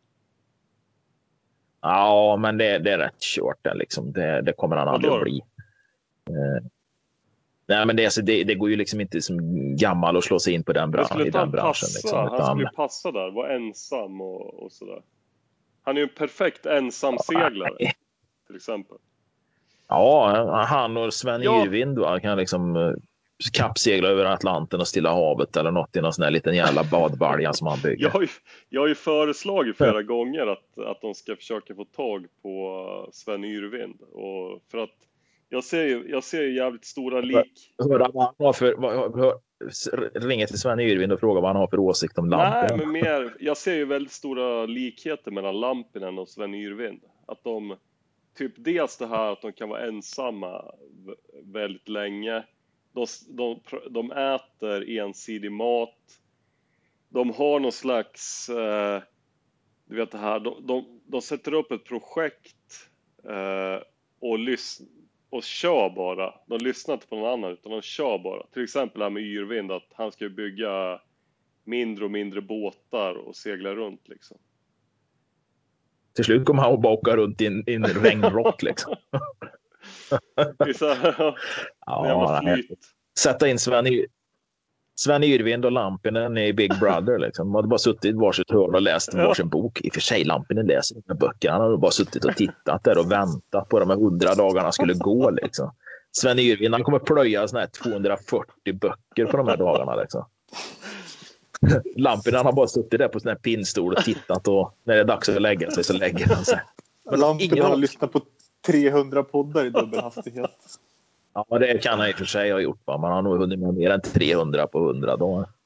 Ja, men det, det är rätt kört där liksom. Det, det kommer han Vadå aldrig då? att bli. Eh, nej, men det, alltså, det, det går ju liksom inte som gammal att slå sig in på den, Men bran- skulle i inte den han branschen. passa? Liksom, Han utan, skulle ju passa där, vara ensam och, och sådär. Han är ju en perfekt ensamseglare, nej. till exempel. Ja, han och Sven Ja. Yrvind va, kan liksom eh, kappsegla över Atlanten och Stilla havet eller något i någon sån här liten jävla badbalja som han bygger. Jag har ju, jag har ju föreslagit flera gånger att, att de ska försöka få tag på Sven Yrvind. Och för att jag ser ju, jag ser ju jävligt stora lik... Höra vad han har för, vad, hör, ringa till Sven Yrvind och fråga vad han har för åsikt om Nej, Lampinen. men mer, jag ser ju väldigt stora likheter mellan Lampinen och Sven Yrvind. Att de, typ dels det här att de kan vara ensamma v- väldigt länge. De, de, de äter ensidig mat. De har någon slags, eh, du vet det här, de, de, de sätter upp ett projekt eh, och, lys, och kör bara. De lyssnar inte på någon annan utan de kör bara. Till exempel det här med Yrvind, att han ska bygga mindre och mindre båtar och segla runt liksom. Till slut kommer han att bara åka runt i en, i en regnrock liksom. Det är så här, Ja, jävla nej. flyt. Sätta in Sven, Y- Sven Yrvind och Lampinen i Big Brother. Liksom. De hade bara suttit i varsitt hörn och läst Ja. varsin bok. I och för sig, Lampinen läser inga böcker. Han hade bara suttit och tittat där och väntat på de här hundra dagarna skulle gå. Liksom. Sven Yrvind han kommer plöja såna här tvåhundrafyrtio böcker på de här dagarna. Liksom. Lampinen har bara suttit där på sån här pinnstol och tittat och när det är dags att lägga sig så lägger han sig. Men Lampen ingen har av- lyssnat på trehundra poddar i dubbelhastighet. Ja, det kan han i och för sig ha gjort. Va? Man har nog hunnit med mer än trehundra på hundra dagar.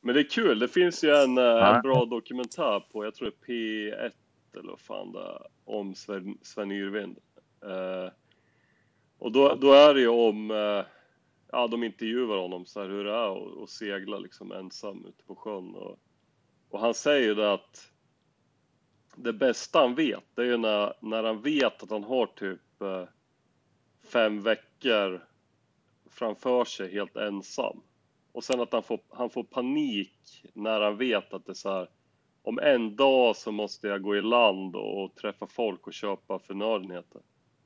Men det är kul, det finns ju en, Ja. en bra dokumentär på, jag tror det är P ett eller vad fan det är, om Sven, Sven Yrvind. Eh, och då, då är det ju om, eh, ja de intervjuar honom så här hur det är att segla liksom ensam ute på sjön. Och, och han säger ju det att det bästa han vet, det är ju när, när han vet att han har typ eh, fem veckor framför sig helt ensam. Och sen att han får, han får panik när han vet att det är så här, om en dag så måste jag gå i land och träffa folk och köpa förnödenheter.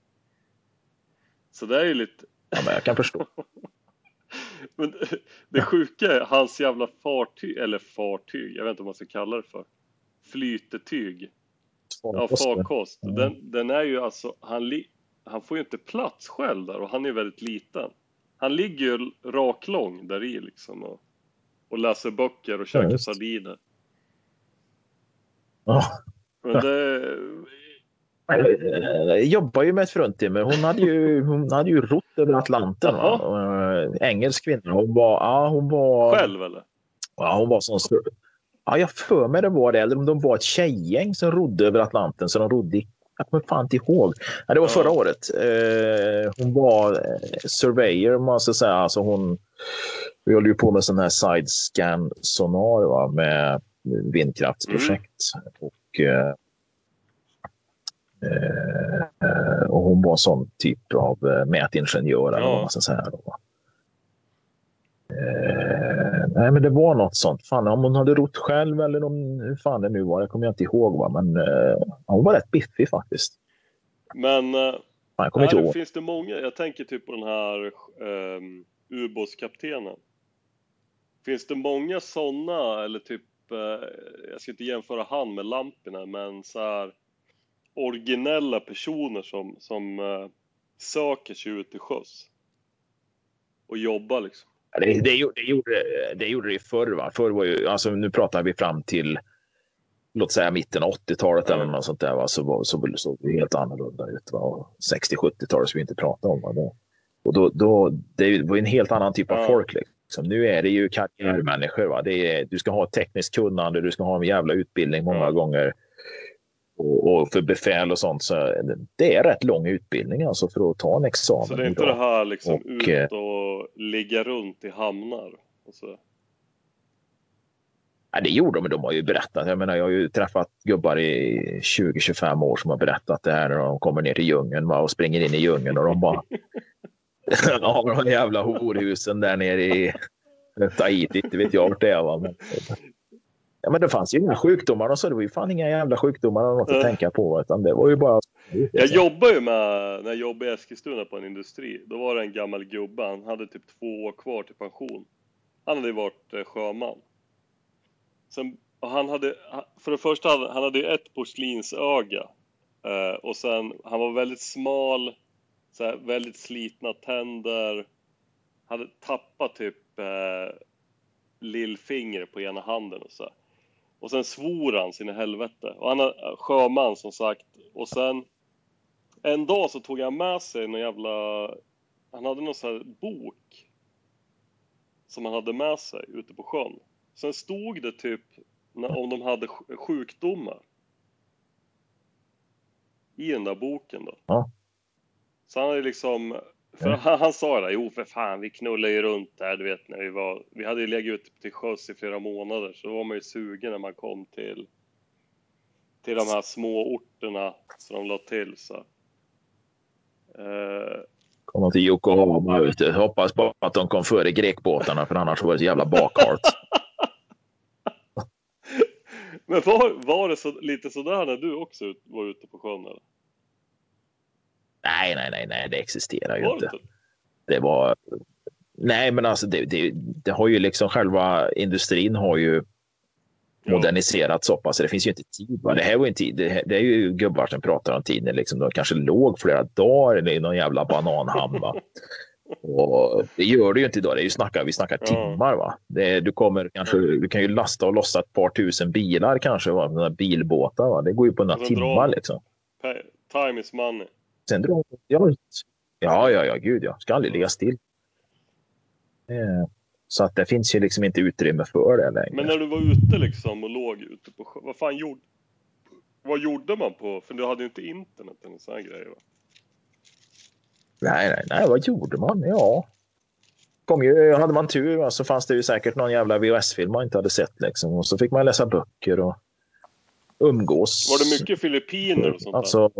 Så det är ju lite... Ja, men jag kan förstå. Men det sjuka är hans jävla fartyg, eller fartyg, jag vet inte vad man ska kalla det för. Flytetyg. Ja, farkost. Mm. Den, den är ju alltså, han, li, han får ju inte plats själv där och han är väldigt liten. Han ligger ju raklång där i liksom och, och läser böcker och käkar Ja, sardiner. Ja. Men det... Jag jobbar ju med ett fruntimmer. Hon hade ju, hon hade ju rott över Atlanten. Va? Engelsk kvinna. Hon var, ja, hon var... Själv eller? Ja, hon var sån... Ja, jag för mig det var det. Eller om de var ett tjejgäng som rodde över Atlanten. Så de rodde i... Jag kommer fan inte ihåg. Ja, det var förra Ja. året. Eh, hon var eh, surveyor, om man ska säga. Alltså hon... Vi håller ju på med sån här side scan sonar, va? Med vindkraftsprojekt. Mm. Och... Eh, Eh, och hon var sån typ av eh, mätingenjör, eller Ja. vad man ska säga då. Eh, nej, men det var något sånt. Fan, om hon hade rott själv eller om, hur fan det nu var, jag kommer inte ihåg. Va? Men eh, hon var rätt biffig faktiskt. Men eh, fan, jag kommer inte här ihåg. finns det många, jag tänker typ på den här um, ubåtskaptenen. Finns det många sådana, eller typ, eh, jag ska inte jämföra han med Lampinen, men så här originella personer som, som uh, söker sig ut till sjöss och jobbar liksom. Det, det, det, gjorde, det gjorde det förr. Va? Förr var ju, alltså, nu pratar vi fram till låt säga mitten av åttiotalet Mm. eller något sånt där. Va? Så, var, så såg det helt annorlunda ut. Va? sextio-sjuttiotalet som vi inte pratar om. Va? Det, och då, då, det var en helt annan typ av Ja. folk. Liksom. Nu är det ju karriärmänniskor. Va? Det är, du ska ha tekniskt kunnande, du ska ha en jävla utbildning många Ja. gånger. Och, och för befäl och sånt, så det är rätt lång utbildning alltså för att ta en examen. Så det är inte idag. det här liksom och, ut och ligga runt i hamnar och så. Ja, det gjorde de, men de har ju berättat. Jag menar, jag har ju träffat gubbar i tjugo till tjugofem år som har berättat det här när de kommer ner till djungeln, va, och springer in i djungeln och de bara ja, de jävla horhusen där nere i Tahiti, inte vet jag vart det är. Va? Men, ja, men det fanns ju inga sjukdomar och så, det var ju fan inga jävla sjukdomar eller något att Äh. tänka på, utan det var ju bara... Jag jobbar ju med, när jag jobbade i Eskilstuna på en industri, då var det en gammal gubbe, han hade typ två år kvar till pension. Han hade varit eh, sjöman. Sen, och han hade, för det första, han hade ju ett porslinsöga. Eh, och sen, han var väldigt smal, så här, väldigt slitna tänder. Hade tappat typ eh, lillfinger på ena handen och så här. Och sen svor han sin i helvete. Och han är sjöman som sagt. Och sen en dag så tog han med sig någon jävla... Han hade någon sån här bok som han hade med sig ute på sjön. Sen stod det typ när, om de hade sjukdomar i den där boken då. Ja. Så han hade liksom... För han, han sa det, jo för fan, vi knullade ju runt där, du vet, när vi var... Vi hade ju legat ut till sjöss i flera månader, så då var man ju sugen när man kom till... Till de här små orterna som de la till, så... Uh... Kommer till Yokohama ute. Hoppas bara att de kom före grekbåtarna, för annars var det så jävla bakhalt. Men var, var det så, lite sådär när du också ut, var ute på sjön eller? Nej, nej, nej, nej, det existerar ju Var inte. Det, det var... Nej, men alltså det, det, det har ju liksom själva industrin har ju moderniserat så pass. Det finns ju inte tid. Va? Det här var ju en tid. Det, det är ju gubbar som pratar om tiden. Liksom, de kanske låg flera dagar i någon jävla bananhamn. Va? Och det gör det ju inte idag. Det är ju snacka, vi snackar timmar. Va? Det, du, kommer, kanske, du kan ju lasta och lossa ett par tusen bilar kanske. Va? Några bilbåtar. Va? Det går ju på några timmar. Liksom. Time is money. Sen drar ja, ja, ja, ja, gud ja. Ska aldrig ligga still. Eh. Så att det finns ju liksom inte utrymme för det längre. Men när du var ute liksom och låg ute på sjön, vad fan gjorde, vad gjorde man på? För du hade ju inte internet eller sån här grejer, va? Nej, nej, nej, vad gjorde man? Ja. Kom ju, hade man tur, va, så fanns det ju säkert någon jävla V H S-film man inte hade sett. Liksom. Och så fick man läsa böcker och umgås. Var det mycket filippiner och sånt där? Alltså,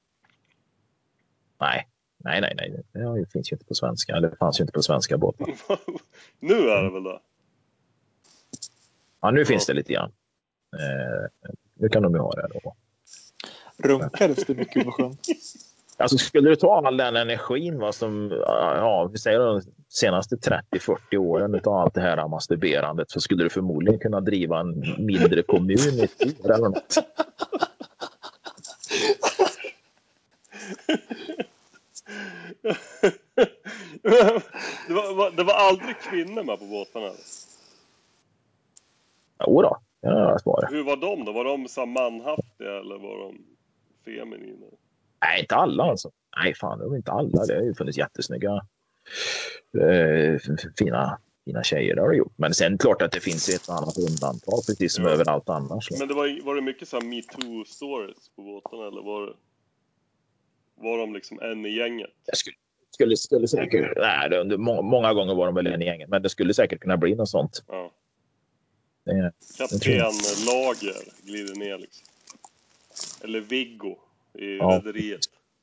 nej, nej, nej, nej. Det finns ju inte på svenska. Eller det fanns ju inte på svenska båtar. Nu är det väl det? Ja, nu ja. Finns det lite grann. Eh, nu kan de ju ha det då. Runkades det mycket på sjön? Alltså skulle du ta all den energin vad som, ja, vi säger de senaste trettio till fyrtio åren utav allt det här masturberandet, så skulle du förmodligen kunna driva en mindre kommun i ett år eller något. det, var, det var aldrig kvinnor med på båtarna? Jo då, ja, det var det. Hur var de då? Var de så manhaftiga eller var de feminina? Nej, inte alla alltså. Nej, fan, det var inte alla. Det har ju funnits jättesnygga eh, fina, fina tjejer, det har det gjort. Men sen klart att det finns ett annat undantag, precis som ja. Överallt annars. Men det var, var det mycket så här Me Too-stories på båtarna, eller var det, var de liksom en i gänget? Jag skulle, skulle, skulle säkert, nej, det, under, må, många gånger var de väl en i gänget, men det skulle säkert kunna bli något sånt. Ja. Det, Kapten Lager glider ner liksom. Eller Viggo i ja. rederiet.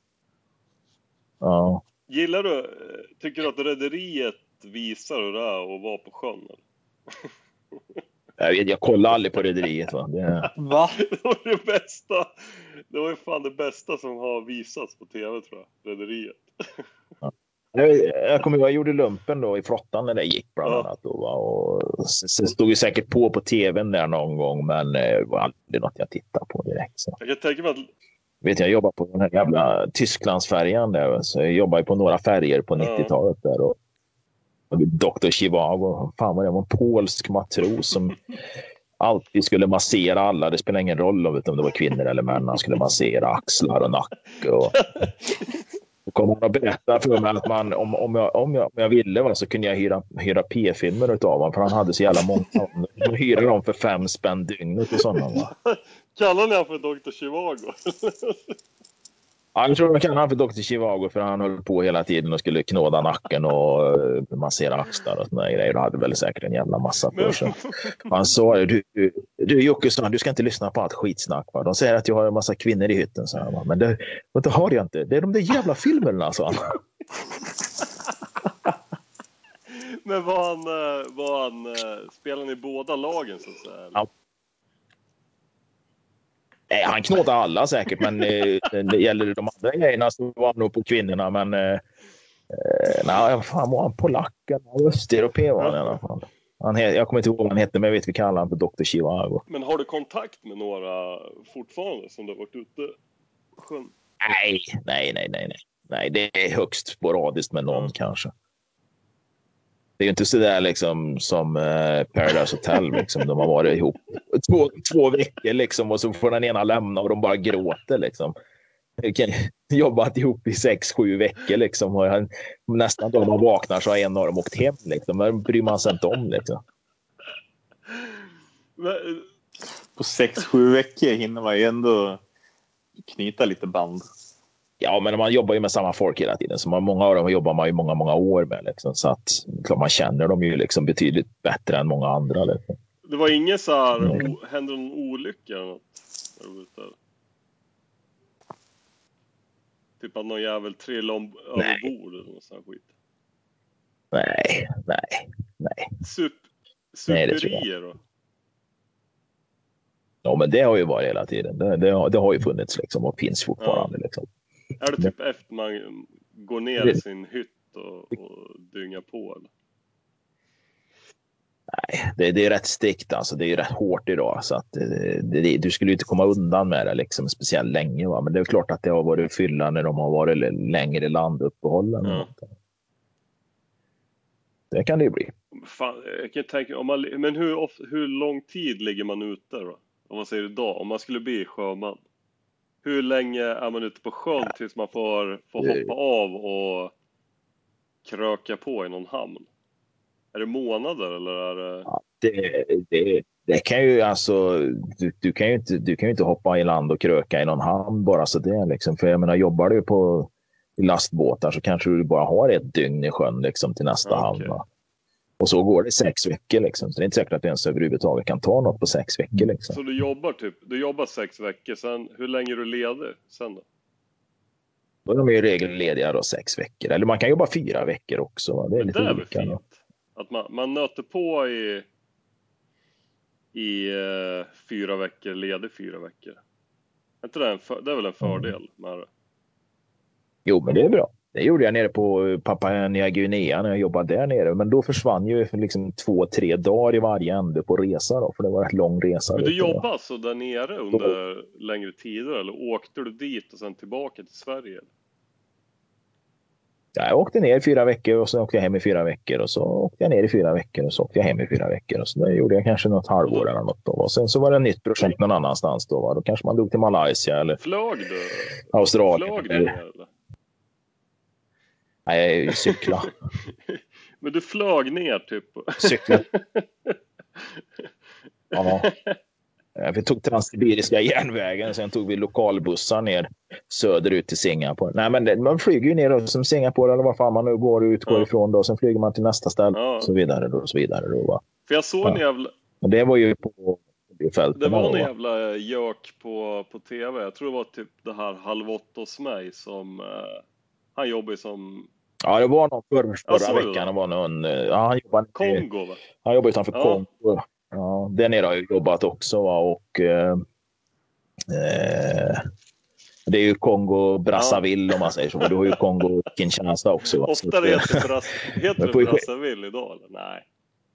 Ja. Gillar du, tycker du att rederiet visar hur det är att vara på sjön? Jag, vet, jag kollar aldrig på rederiet, va? Det... va? Det var det bästa. Det var ju fan det bästa som har visats på tv, tror jag. Rederiet. Ja. Jag, jag kommer ihåg, jag gjorde lumpen då i flottan när det gick bland ja. annat då, va? Och sen stod ju säkert på på tvn där någon gång, men det var aldrig något jag tittade på direkt. Så. Jag kan tänka mig att... Vet jag, jag jobbar på den här jävla Tysklandsfärjan där, så jag jobbar ju på några färger på nittiotalet där och, och doktor Chivago, fan vad det var en polsk matros som alltid skulle massera alla, det spelar ingen roll om det var kvinnor eller män, han skulle massera axlar och nacke och då kom han att berätta för mig att man, om, om, jag, om, jag, om jag ville va, så kunde jag hyra, hyra P-filmer utav honom, för han hade så jävla många. De hyrde dem för fem spänn dygnet och sådana. Va? Kallar ni han för doktor Chivago? Ja, jag tror man kan han för doktor Chivago, för han höll på hela tiden och skulle knåda nacken och massera axlar och sådana grejer. Då hade väl säkert en jävla massa för sig. Han sa, du, du, du Jocke, sa, du ska inte lyssna på allt skitsnack. Va? De säger att jag har en massa kvinnor i hytten. Så här, men det, det har jag inte. Det är de där jävla filmerna, sa han. Men var han, var han spelade i båda lagen så att säga? Ja. Nej, han knådade alla säkert, men eh, det gäller de andra grejerna så var han nog på kvinnorna, men eh, nej, fan var han polacken och östeuropé var han i alla fall. Han, jag kommer inte ihåg vad han hette, men jag vet vi kallar han för doktor Chivago. Men har du kontakt med några fortfarande som du har varit ute sjön? Nej, nej, nej, nej, nej. Nej, det är högst sporadiskt med någon ja. Kanske. Det är ju inte så där liksom som uh, Paradise Hotel liksom, de har varit ihop två, två veckor liksom och så får den ena lämna och de bara gråter liksom. Okay. Jobbat ihop i sex, sju veckor liksom och jag, nästan då man vaknar så har en av dem åkt hem liksom. Men bryr man sig inte om liksom. På sex, sju veckor hinner man ju ändå knyta lite band. Ja, men man jobbar ju med samma folk hela tiden. Så man, många av dem jobbar man ju många, många år med. Liksom, så att klart, man känner dem ju liksom betydligt bättre än många andra. Liksom. Det var ingen så här, mm. o, hände någon olycka eller något? Typ att någon jävel trillade om över bord eller något sånt skit. Nej, nej, nej. Sup, superier då? Ja, men det har ju varit hela tiden. Det, det, har, det har ju funnits liksom och finns fortfarande. Ja. Liksom. Är det typ efter man går ner i sin hytt och, och dyngar på? Eller? Nej, det, det är rätt strikt. Alltså. Det är ju rätt hårt idag. Så att det, det, du skulle ju inte komma undan med det liksom, speciellt länge. Va? Men det är klart att det har varit fylla när de har varit längre landuppehållen. Ja. Det kan det ju bli. Fan, jag kan tänka, om man, men hur, ofta, hur lång tid ligger man ute då? Om man säger idag, om man skulle bli sjöman. Hur länge är man ute på sjön tills man får, får hoppa av och kröka på i någon hamn? Är det månader eller är det... Ja, det, det, det kan ju alltså, du, du, kan ju inte, du kan ju inte hoppa i land och kröka i någon hamn bara så det liksom. För jag menar, jobbar du på lastbåtar så kanske du bara har ett dygn i sjön liksom till nästa Ja, hamn. okej. Va? Och så går det sex veckor liksom. Så det är inte säkert att du ens överhuvudtaget kan ta något på sex veckor liksom. Så du jobbar typ, du jobbar sex veckor, sen hur länge är du ledig sen då? Då är de i regel lediga då sex veckor. Eller man kan jobba fyra veckor också. Va? Det är Men lite det är väl olika. fint? Då. Att man, man nöter på i, i uh, fyra veckor, ledig fyra veckor. Är inte det, en för, det är väl en fördel med det? Jo, men det är bra. Det gjorde jag nere på Papua Nya Guinea när jag jobbade där nere. Men då försvann ju liksom två, tre dagar i varje ände på resa då. För det var ett lång resa. Men du lite, jobbade alltså där nere under då... längre tider? Eller åkte du dit och sen tillbaka till Sverige? Ja, jag åkte ner i fyra veckor och så åkte jag hem i fyra veckor. Och så åkte jag ner i fyra veckor och så åkte jag hem i fyra veckor. Och så det gjorde jag kanske något halvår då... eller något. Då. Och sen så var det ett nytt projekt någon annanstans då. Va? Då kanske man drog till Malaysia eller Flög du? Australien. Flög du ner eller? Nej, jag är ju cykla. Men du flög ner typ? Cykla. Ja. Vi tog Transsibiriska järnvägen, sen tog vi lokalbussar ner söderut till Singapore. Nej, men det, man flyger ju ner då, som Singapore eller vad fan man nu går och utgår ja. ifrån då. Sen flyger man till nästa ställe ja. och så vidare då, och så vidare då. Va? För jag såg ja. en jävla... Men det var ju på fälten. Det var en jävla gök på, på tv. Jag tror det var typ det här Halv åtta hos mig som... Uh, han jobbar som... Ja, det var någon förra, förra veckan. Det var någon... Ja, han jobbade... Kongo, va? Han jobbar utanför ja. Kongo. Ja, där nere har jag jobbat också. Va? Och... Eh, eh, det är ju Kongo Brazzaville ja. om man säger så. Du har ju Kongo Kinshasa också. Va? Ofta det heter, Brass, heter det Brazzaville idag, eller? Nej.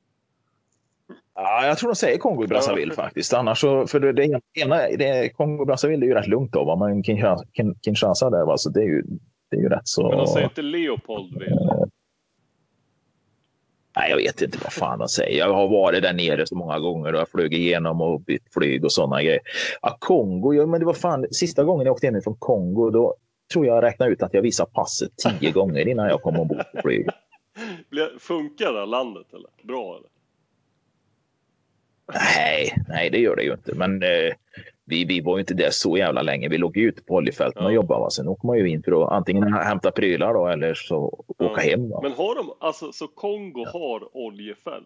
Ja, jag tror de säger Kongo Brazzaville ja. faktiskt. Annars så, för det, det ena, det, Kongo Brazzaville är ju rätt lugnt då. Va? Men Kinshasa, Kinshasa där, va? Så det är ju, det är ju rätt så... Men de säger inte Leopoldville? Eh, nej, jag vet inte vad fan de säger. Jag har varit där nere så många gånger och jag flög igenom och bytt flyg och sådana grejer. Ja, Kongo, ja, men det var fan sista gången jag åkte in från Kongo, då tror jag räknade ut att jag visade passet tio gånger innan jag kom ombord på flyget. Funkar det landet eller? Bra eller? Nej, nej det gör det ju inte. Men eh, vi, vi var ju inte där så jävla länge. Vi låg ju ute på oljefälten ja. och jobbade. Va? Sen åker man ju in för att antingen hämta prylar då, eller så ja. åka hem. Va? Men har de, alltså så Kongo ja. har oljefält?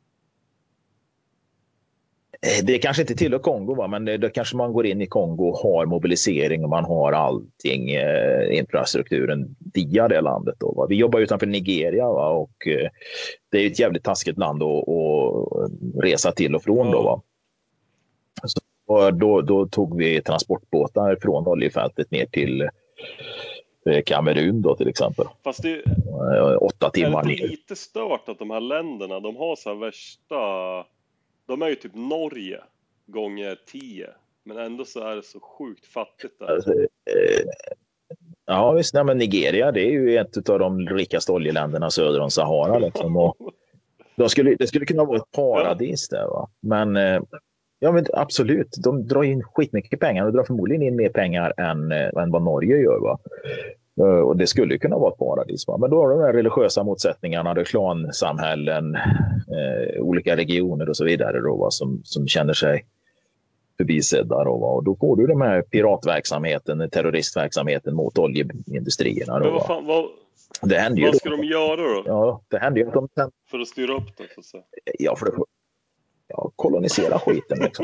Det kanske inte tillhör Kongo, va? Men då kanske man går in i Kongo och har mobilisering och man har allting, eh, infrastrukturen via det landet. Då, va? Vi jobbar utanför Nigeria va? Och eh, det är ett jävligt taskigt land att, att resa till och från. Ja. Då, va? Så, och då, då tog vi transportbåtar från oljefältet ner till eh, Kamerun då till exempel. Fast det åtta timmar är det ner. Lite stört att de här länderna, de har så här värsta... De är ju typ Norge gånger tio. Men ändå så är det så sjukt fattigt där. Alltså, eh, ja visst, nej, men Nigeria det är ju ett av de rikaste oljeländerna söder om Sahara. Liksom, och de skulle, det skulle kunna vara ett paradis där va. Men, eh, ja, men absolut, de drar in skitmycket pengar. De drar förmodligen in mer pengar än, äh, än vad Norge gör va. Uh, och det skulle kunna vara ett paradis va. Men då har de här religiösa motsättningarna, det klansamhällen, uh, olika regioner och så vidare då, va, som, som känner sig förbisedda då, va. Och då får du de här piratverksamheten, terroristverksamheten mot oljeindustrierna då, men vad fan, vad, det händer vad ju ska då. de göra då? Ja, det händer ju att de sen... För att styra upp det så att säga. Ja, för att ja, kolonisera skiten liksom.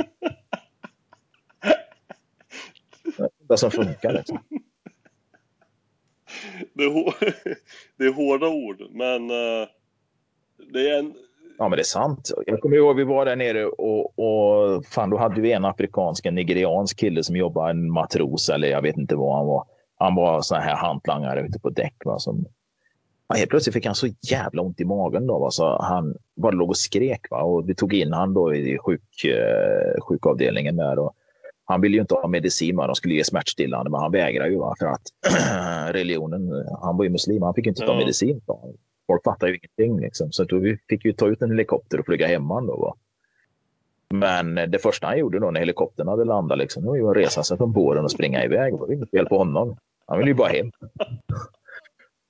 Det som funkar liksom. Det är, hår, det är hårda ord, men uh, det är en... Ja, men det är sant. Jag kommer ihåg vi var där nere och, och fan, då hade vi en afrikansk, en nigeriansk kille som jobbade, en matros eller jag vet inte vad han var. Han var sån här hantlangare ute på däck. Va, som, ja, helt plötsligt fick han så jävla ont i magen då. Va, så han bara låg och skrek. Va, och vi tog in han då i sjuk, eh, sjukavdelningen där. Och han ville ju inte ha medicin, va, de skulle ge smärtstillande, men han vägrade ju va, för att religionen, han var ju muslim, han fick ju inte ta ja. medicin. Va. Folk fattar ju ingenting liksom. Så då vi fick ju ta ut en helikopter och flyga hemma då va. Men det första han gjorde då när helikoptern hade landat liksom, det var ju att resa sig från båren och springa iväg. Det var inget fel på honom. Han ville ju bara hem.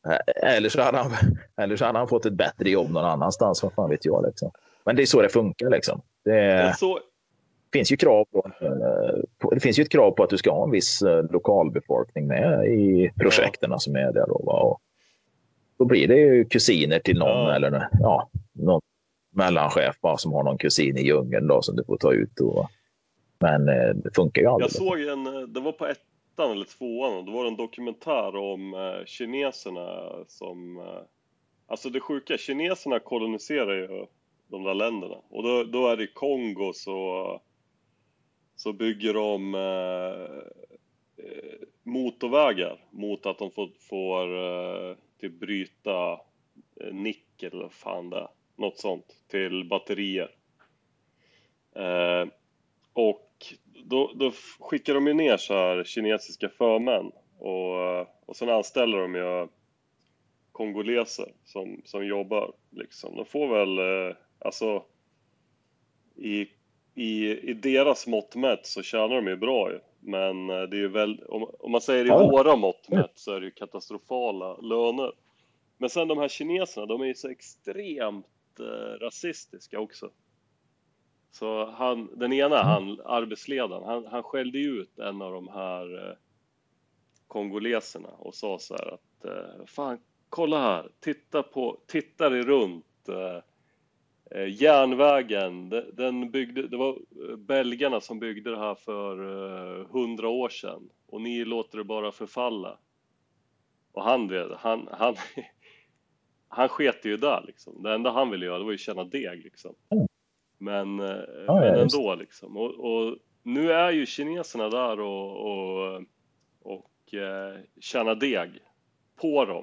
Eller så hade han, eller så hade han fått ett bättre jobb någon annanstans, vad fan vet jag liksom. Men det är så det funkar liksom. Det så... finns ju krav på, det finns ju ett krav på att du ska ha en viss lokalbefolkning med i projekten ja. Som är där då. Och då blir det ju kusiner till någon ja. Eller ja, någon mellanchef bara, som har någon kusin i djungeln då som du får ta ut. Och, men det funkar ju aldrig. Jag såg en, det var på ettan eller tvåan, det var en dokumentär om eh, kineserna som, eh, alltså det sjuka, kineserna koloniserar ju de där länderna. Och då, då är det Kongo så, så bygger de eh, motorvägar mot att de får, får eh, typ bryta eh, nickel eller fan det, något sånt, till batterier. Eh, och då, då skickar de ju ner så här kinesiska förmän och, och sen anställer de ju kongoleser som, som jobbar liksom. De får väl, eh, alltså i, i, i deras mått mätt så tjänar de ju bra ju. Men det är ju väl, om, om man säger i ja. Våra mått mätt så är det ju katastrofala löner. Men sen de här kineserna, de är ju så extremt eh, rasistiska också. Så han, den ena, han, arbetsledaren, han, han skällde ut en av de här eh, kongoleserna och sa så här att eh, fan, kolla här, titta på, titta dig runt eh, eh, järnvägen, den, den byggde, det var belgarna som byggde det här för hundra eh, år sedan och ni låter det bara förfalla. Och han, han, han, han sket ju där liksom, det enda han ville göra det var ju tjäna deg liksom. Men, ja, men ändå liksom. Och, och nu är ju kineserna där och, och, och eh, tjänar deg på dem.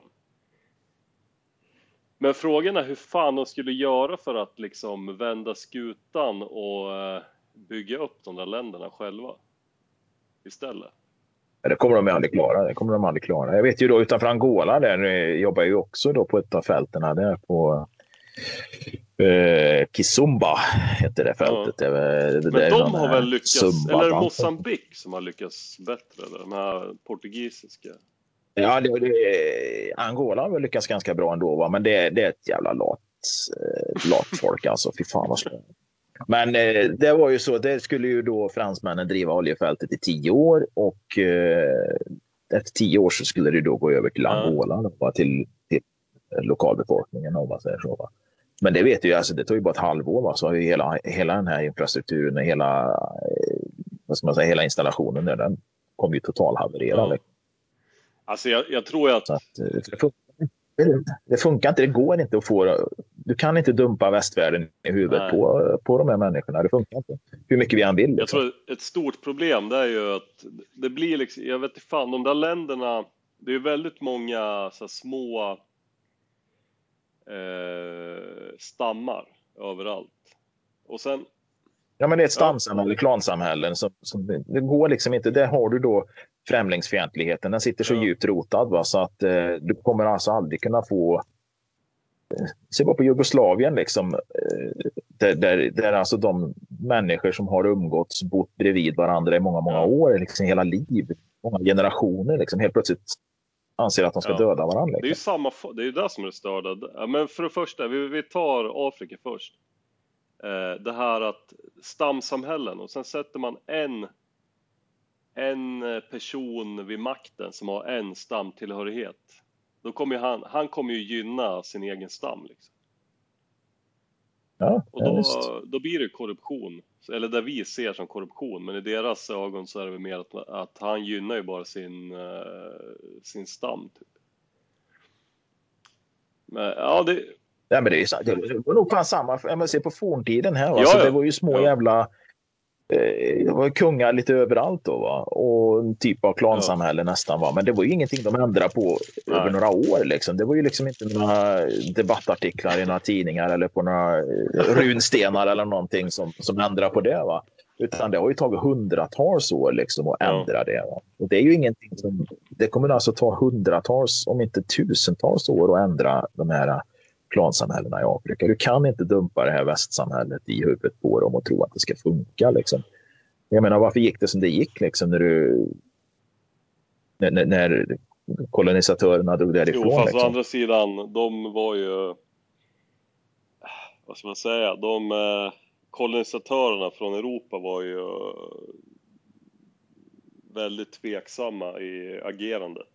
Men frågan är hur fan de skulle göra för att liksom vända skutan och eh, bygga upp de där länderna själva istället. Det kommer de aldrig klara. Det kommer de aldrig klara. Jag vet ju då utanför Angola där jobbar jag ju också då på ett av fälterna där på Eh, Kizumba heter det fältet. Ja. Det, det, men de har väl lyckats, Zumba, eller är det Mozambique som har lyckats bättre, eller de här portugisiska? Ja, det, det, Angola har väl lyckats ganska bra ändå, va? Men det, det är ett jävla lat, lat folk alltså, fy fan vad svårt. Men eh, det var ju så, det skulle ju då fransmännen driva oljefältet i tio år och eh, efter tio år så skulle det då gå över till Angola, ja. till, till lokalbefolkningen om man säger så, va? Men det vet ju, alltså det tog ju bara ett halvår, va? Så har ju hela, hela den här infrastrukturen och hela, vad ska man säga, hela installationen där, den kom ju totalhaverera. Ja. Alltså jag, jag tror att... att det, funkar, det funkar inte, det går inte att få, du kan inte dumpa västvärlden i huvudet på, på de här människorna, det funkar inte. Hur mycket vi än vill. Liksom. Jag tror ett stort problem det är ju att det blir liksom, jag vet inte fan, de där länderna, det är väldigt många så här, små Eh, stammar överallt. Och sen ja, men det är ett stamsamhälle, ja. Klansamhällen som, som det går liksom inte. Där har du då främlingsfientligheten, den sitter så ja. Djupt rotad, va, så att eh, du kommer alltså aldrig kunna få eh, se bara på Jugoslavien liksom, eh, där, där, där alltså de människor som har umgåtts bott bredvid varandra i många, många ja. År, liksom hela liv, många generationer liksom, helt plötsligt anser att de ska ja. Döda varandra. Liksom. Det är ju samma, det är ju det som är störda. Men för det första, vi, vi tar Afrika först. Eh, det här att stamsamhällen och sen sätter man en, en person vid makten som har en stamtillhörighet. Då kommer han, han kommer ju gynna sin egen stam. Liksom. Ja, och då, då blir det korruption. Eller det vi ser som korruption. Men i deras ögon så är det mer att, att han gynnar ju bara sin, uh, sin stam. Typ. Men, ja, det... Ja, men det, är, det var nog fan samma. Jag ser på forntiden här. Va? Ja, så ja. Det var ju små ja. Jävla... Eh, det var kungar lite överallt då, va? Och en typ av klansamhälle ja. Nästan. Va? Men det var ju ingenting de ändrade på Nej. Över några år. Liksom. Det var ju liksom inte några debattartiklar i några tidningar eller på några runstenar eller någonting som, som ändrade på det. Va? Utan det har ju tagit hundratals år liksom att ändra ja. Det. Va? Och det är ju ingenting som... Det kommer alltså ta hundratals, om inte tusentals år att ändra de här klansamhällena i Afrika. Du kan inte dumpa det här västsamhället i huvudet på dem och tro att det ska funka. Liksom. Jag menar, varför gick det som det gick liksom, när du... När, när kolonisatörerna drog därifrån. Jo, fast liksom. å andra sidan, de var ju, vad ska man säga, de eh, kolonisatörerna från Europa var ju eh, väldigt tveksamma i agerandet.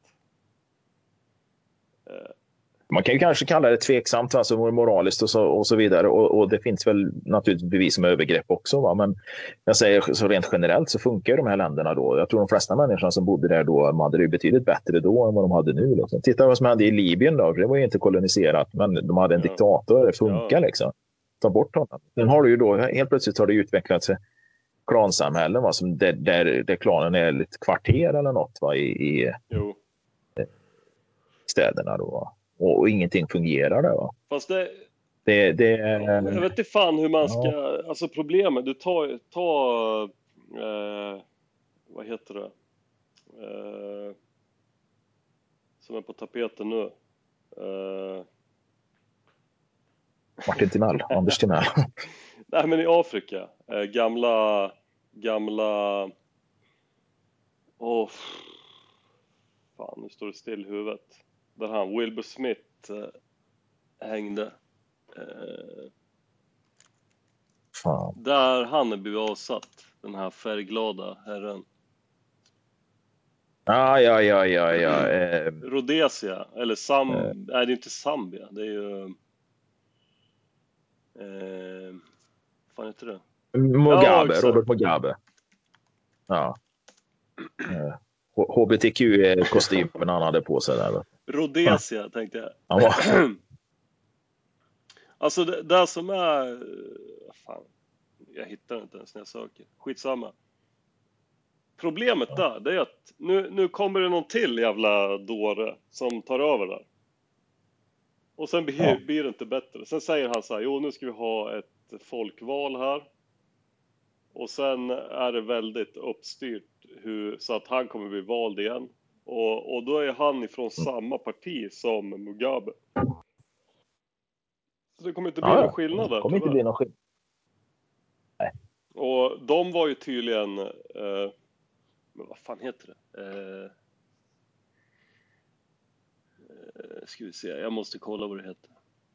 Eh, Man kan ju kanske kalla det tveksamt, alltså moraliskt och så, och så vidare. Och, och det finns väl naturligtvis bevis som övergrepp också. Va? Men jag säger så rent generellt så funkar de här länderna då. Jag tror de flesta människorna som bodde där då, de hade det betydligt bättre då än vad de hade nu. Liksom. Titta vad som hände i Libyen då. Det var ju inte koloniserat, men de hade en Ja. diktator. Det funkar Ja. liksom. Ta bort honom. Sen har du ju då, helt plötsligt har det utvecklats klansamhällen, va? Som där, där, där klanen är ett kvarter eller något, va? I, i jo. städerna då. Va? Och, och ingenting fungerar där, va? Fast det, Det, det, ja, jag vet inte fan hur man ska, ja. alltså problemet, du tar, tar eh, vad heter det, eh, som är på tapeten nu, eh, Martin Timell, Anders Timell. nej men i Afrika, eh, gamla, gamla, åh, oh, fan nu står det still i huvudet, där han, Wilbur Smith eh, hängde. Eh, Fan. där han är blivit avsatt, den här färgglada herren. Ah, ja, ja, ja, ja. Eh, Rhodesia, eller Sam... Eh. Nej, det är inte Zambia, det är ju... Eh, vad fan heter det? Mugabe, Ja, Robert Mugabe. Ja. Eh, H B T Q-kostymen han hade på sig där. Rhodesia, ja. Tänkte jag. Ja. Alltså, det, det som är... Fan, jag hittar inte ens när jag söker. Skitsamma. Problemet där, det är att nu, nu kommer det någon till jävla dåre som tar över där. Och sen blir, Ja. blir det inte bättre. Sen säger han så här, jo nu ska vi ha ett folkval här. Och sen är det väldigt uppstyrt hur, så att han kommer bli vald igen. Och, och då är han ifrån samma parti som Mugabe. Så det kommer inte bli Ja, någon skillnad där, det kommer inte bli någon skillnad. Nej. Och de var ju tydligen, eh, men vad fan heter det? Eh, eh, ska vi se, jag måste kolla vad det heter.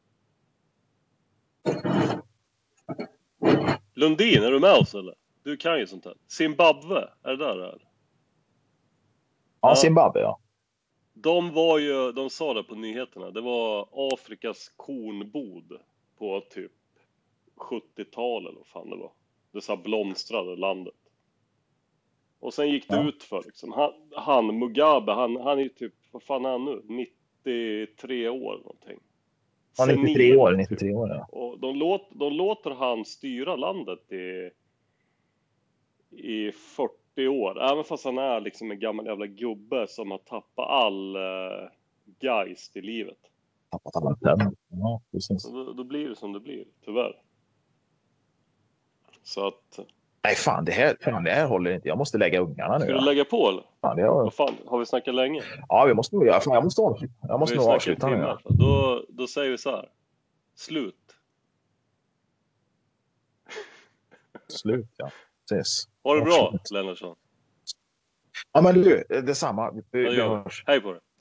Lundin, är du med oss eller? Du kan ju sånt här. Zimbabwe, är det där eller? Ja, Zimbabwe, ja. De var ju, de sa det på nyheterna, det var Afrikas kornbod på typ sjuttiotalet eller vad fan det var. Det så här blomstrade landet. Och sen gick det Ja. ut för liksom. Han, han Mugabe, han, han är ju typ, vad fan är han nu? nittiotre år någonting. Ja, nittiotre Senil, år, typ. nittiotre år, ja. Och de, låt, de låter han styra landet i, i fyrtio år. Även fast han är liksom en gammal jävla gubbe som har tappat all uh, geist i livet. Tappat alla tänder. Ja, precis. Så då, då blir det som det blir, tyvärr. Så att... Nej, fan det, här, fan, det här håller inte. Jag måste lägga ungarna nu. Ska Ja. du lägga på eller? Fan, det har... Vad fan, har vi snackat länge? Ja, vi måste nog göra. Fan, jag måste avsluta. Jag måste vi nog snackat avsluta en nu. timme, Ja. då, då säger vi så här. Slut. Slut, ja. Precis. Ha det bra, Lennartsson. Ja, men du, detsamma. Vi, Ja, det vi gör vi. hörs. Hej på dig.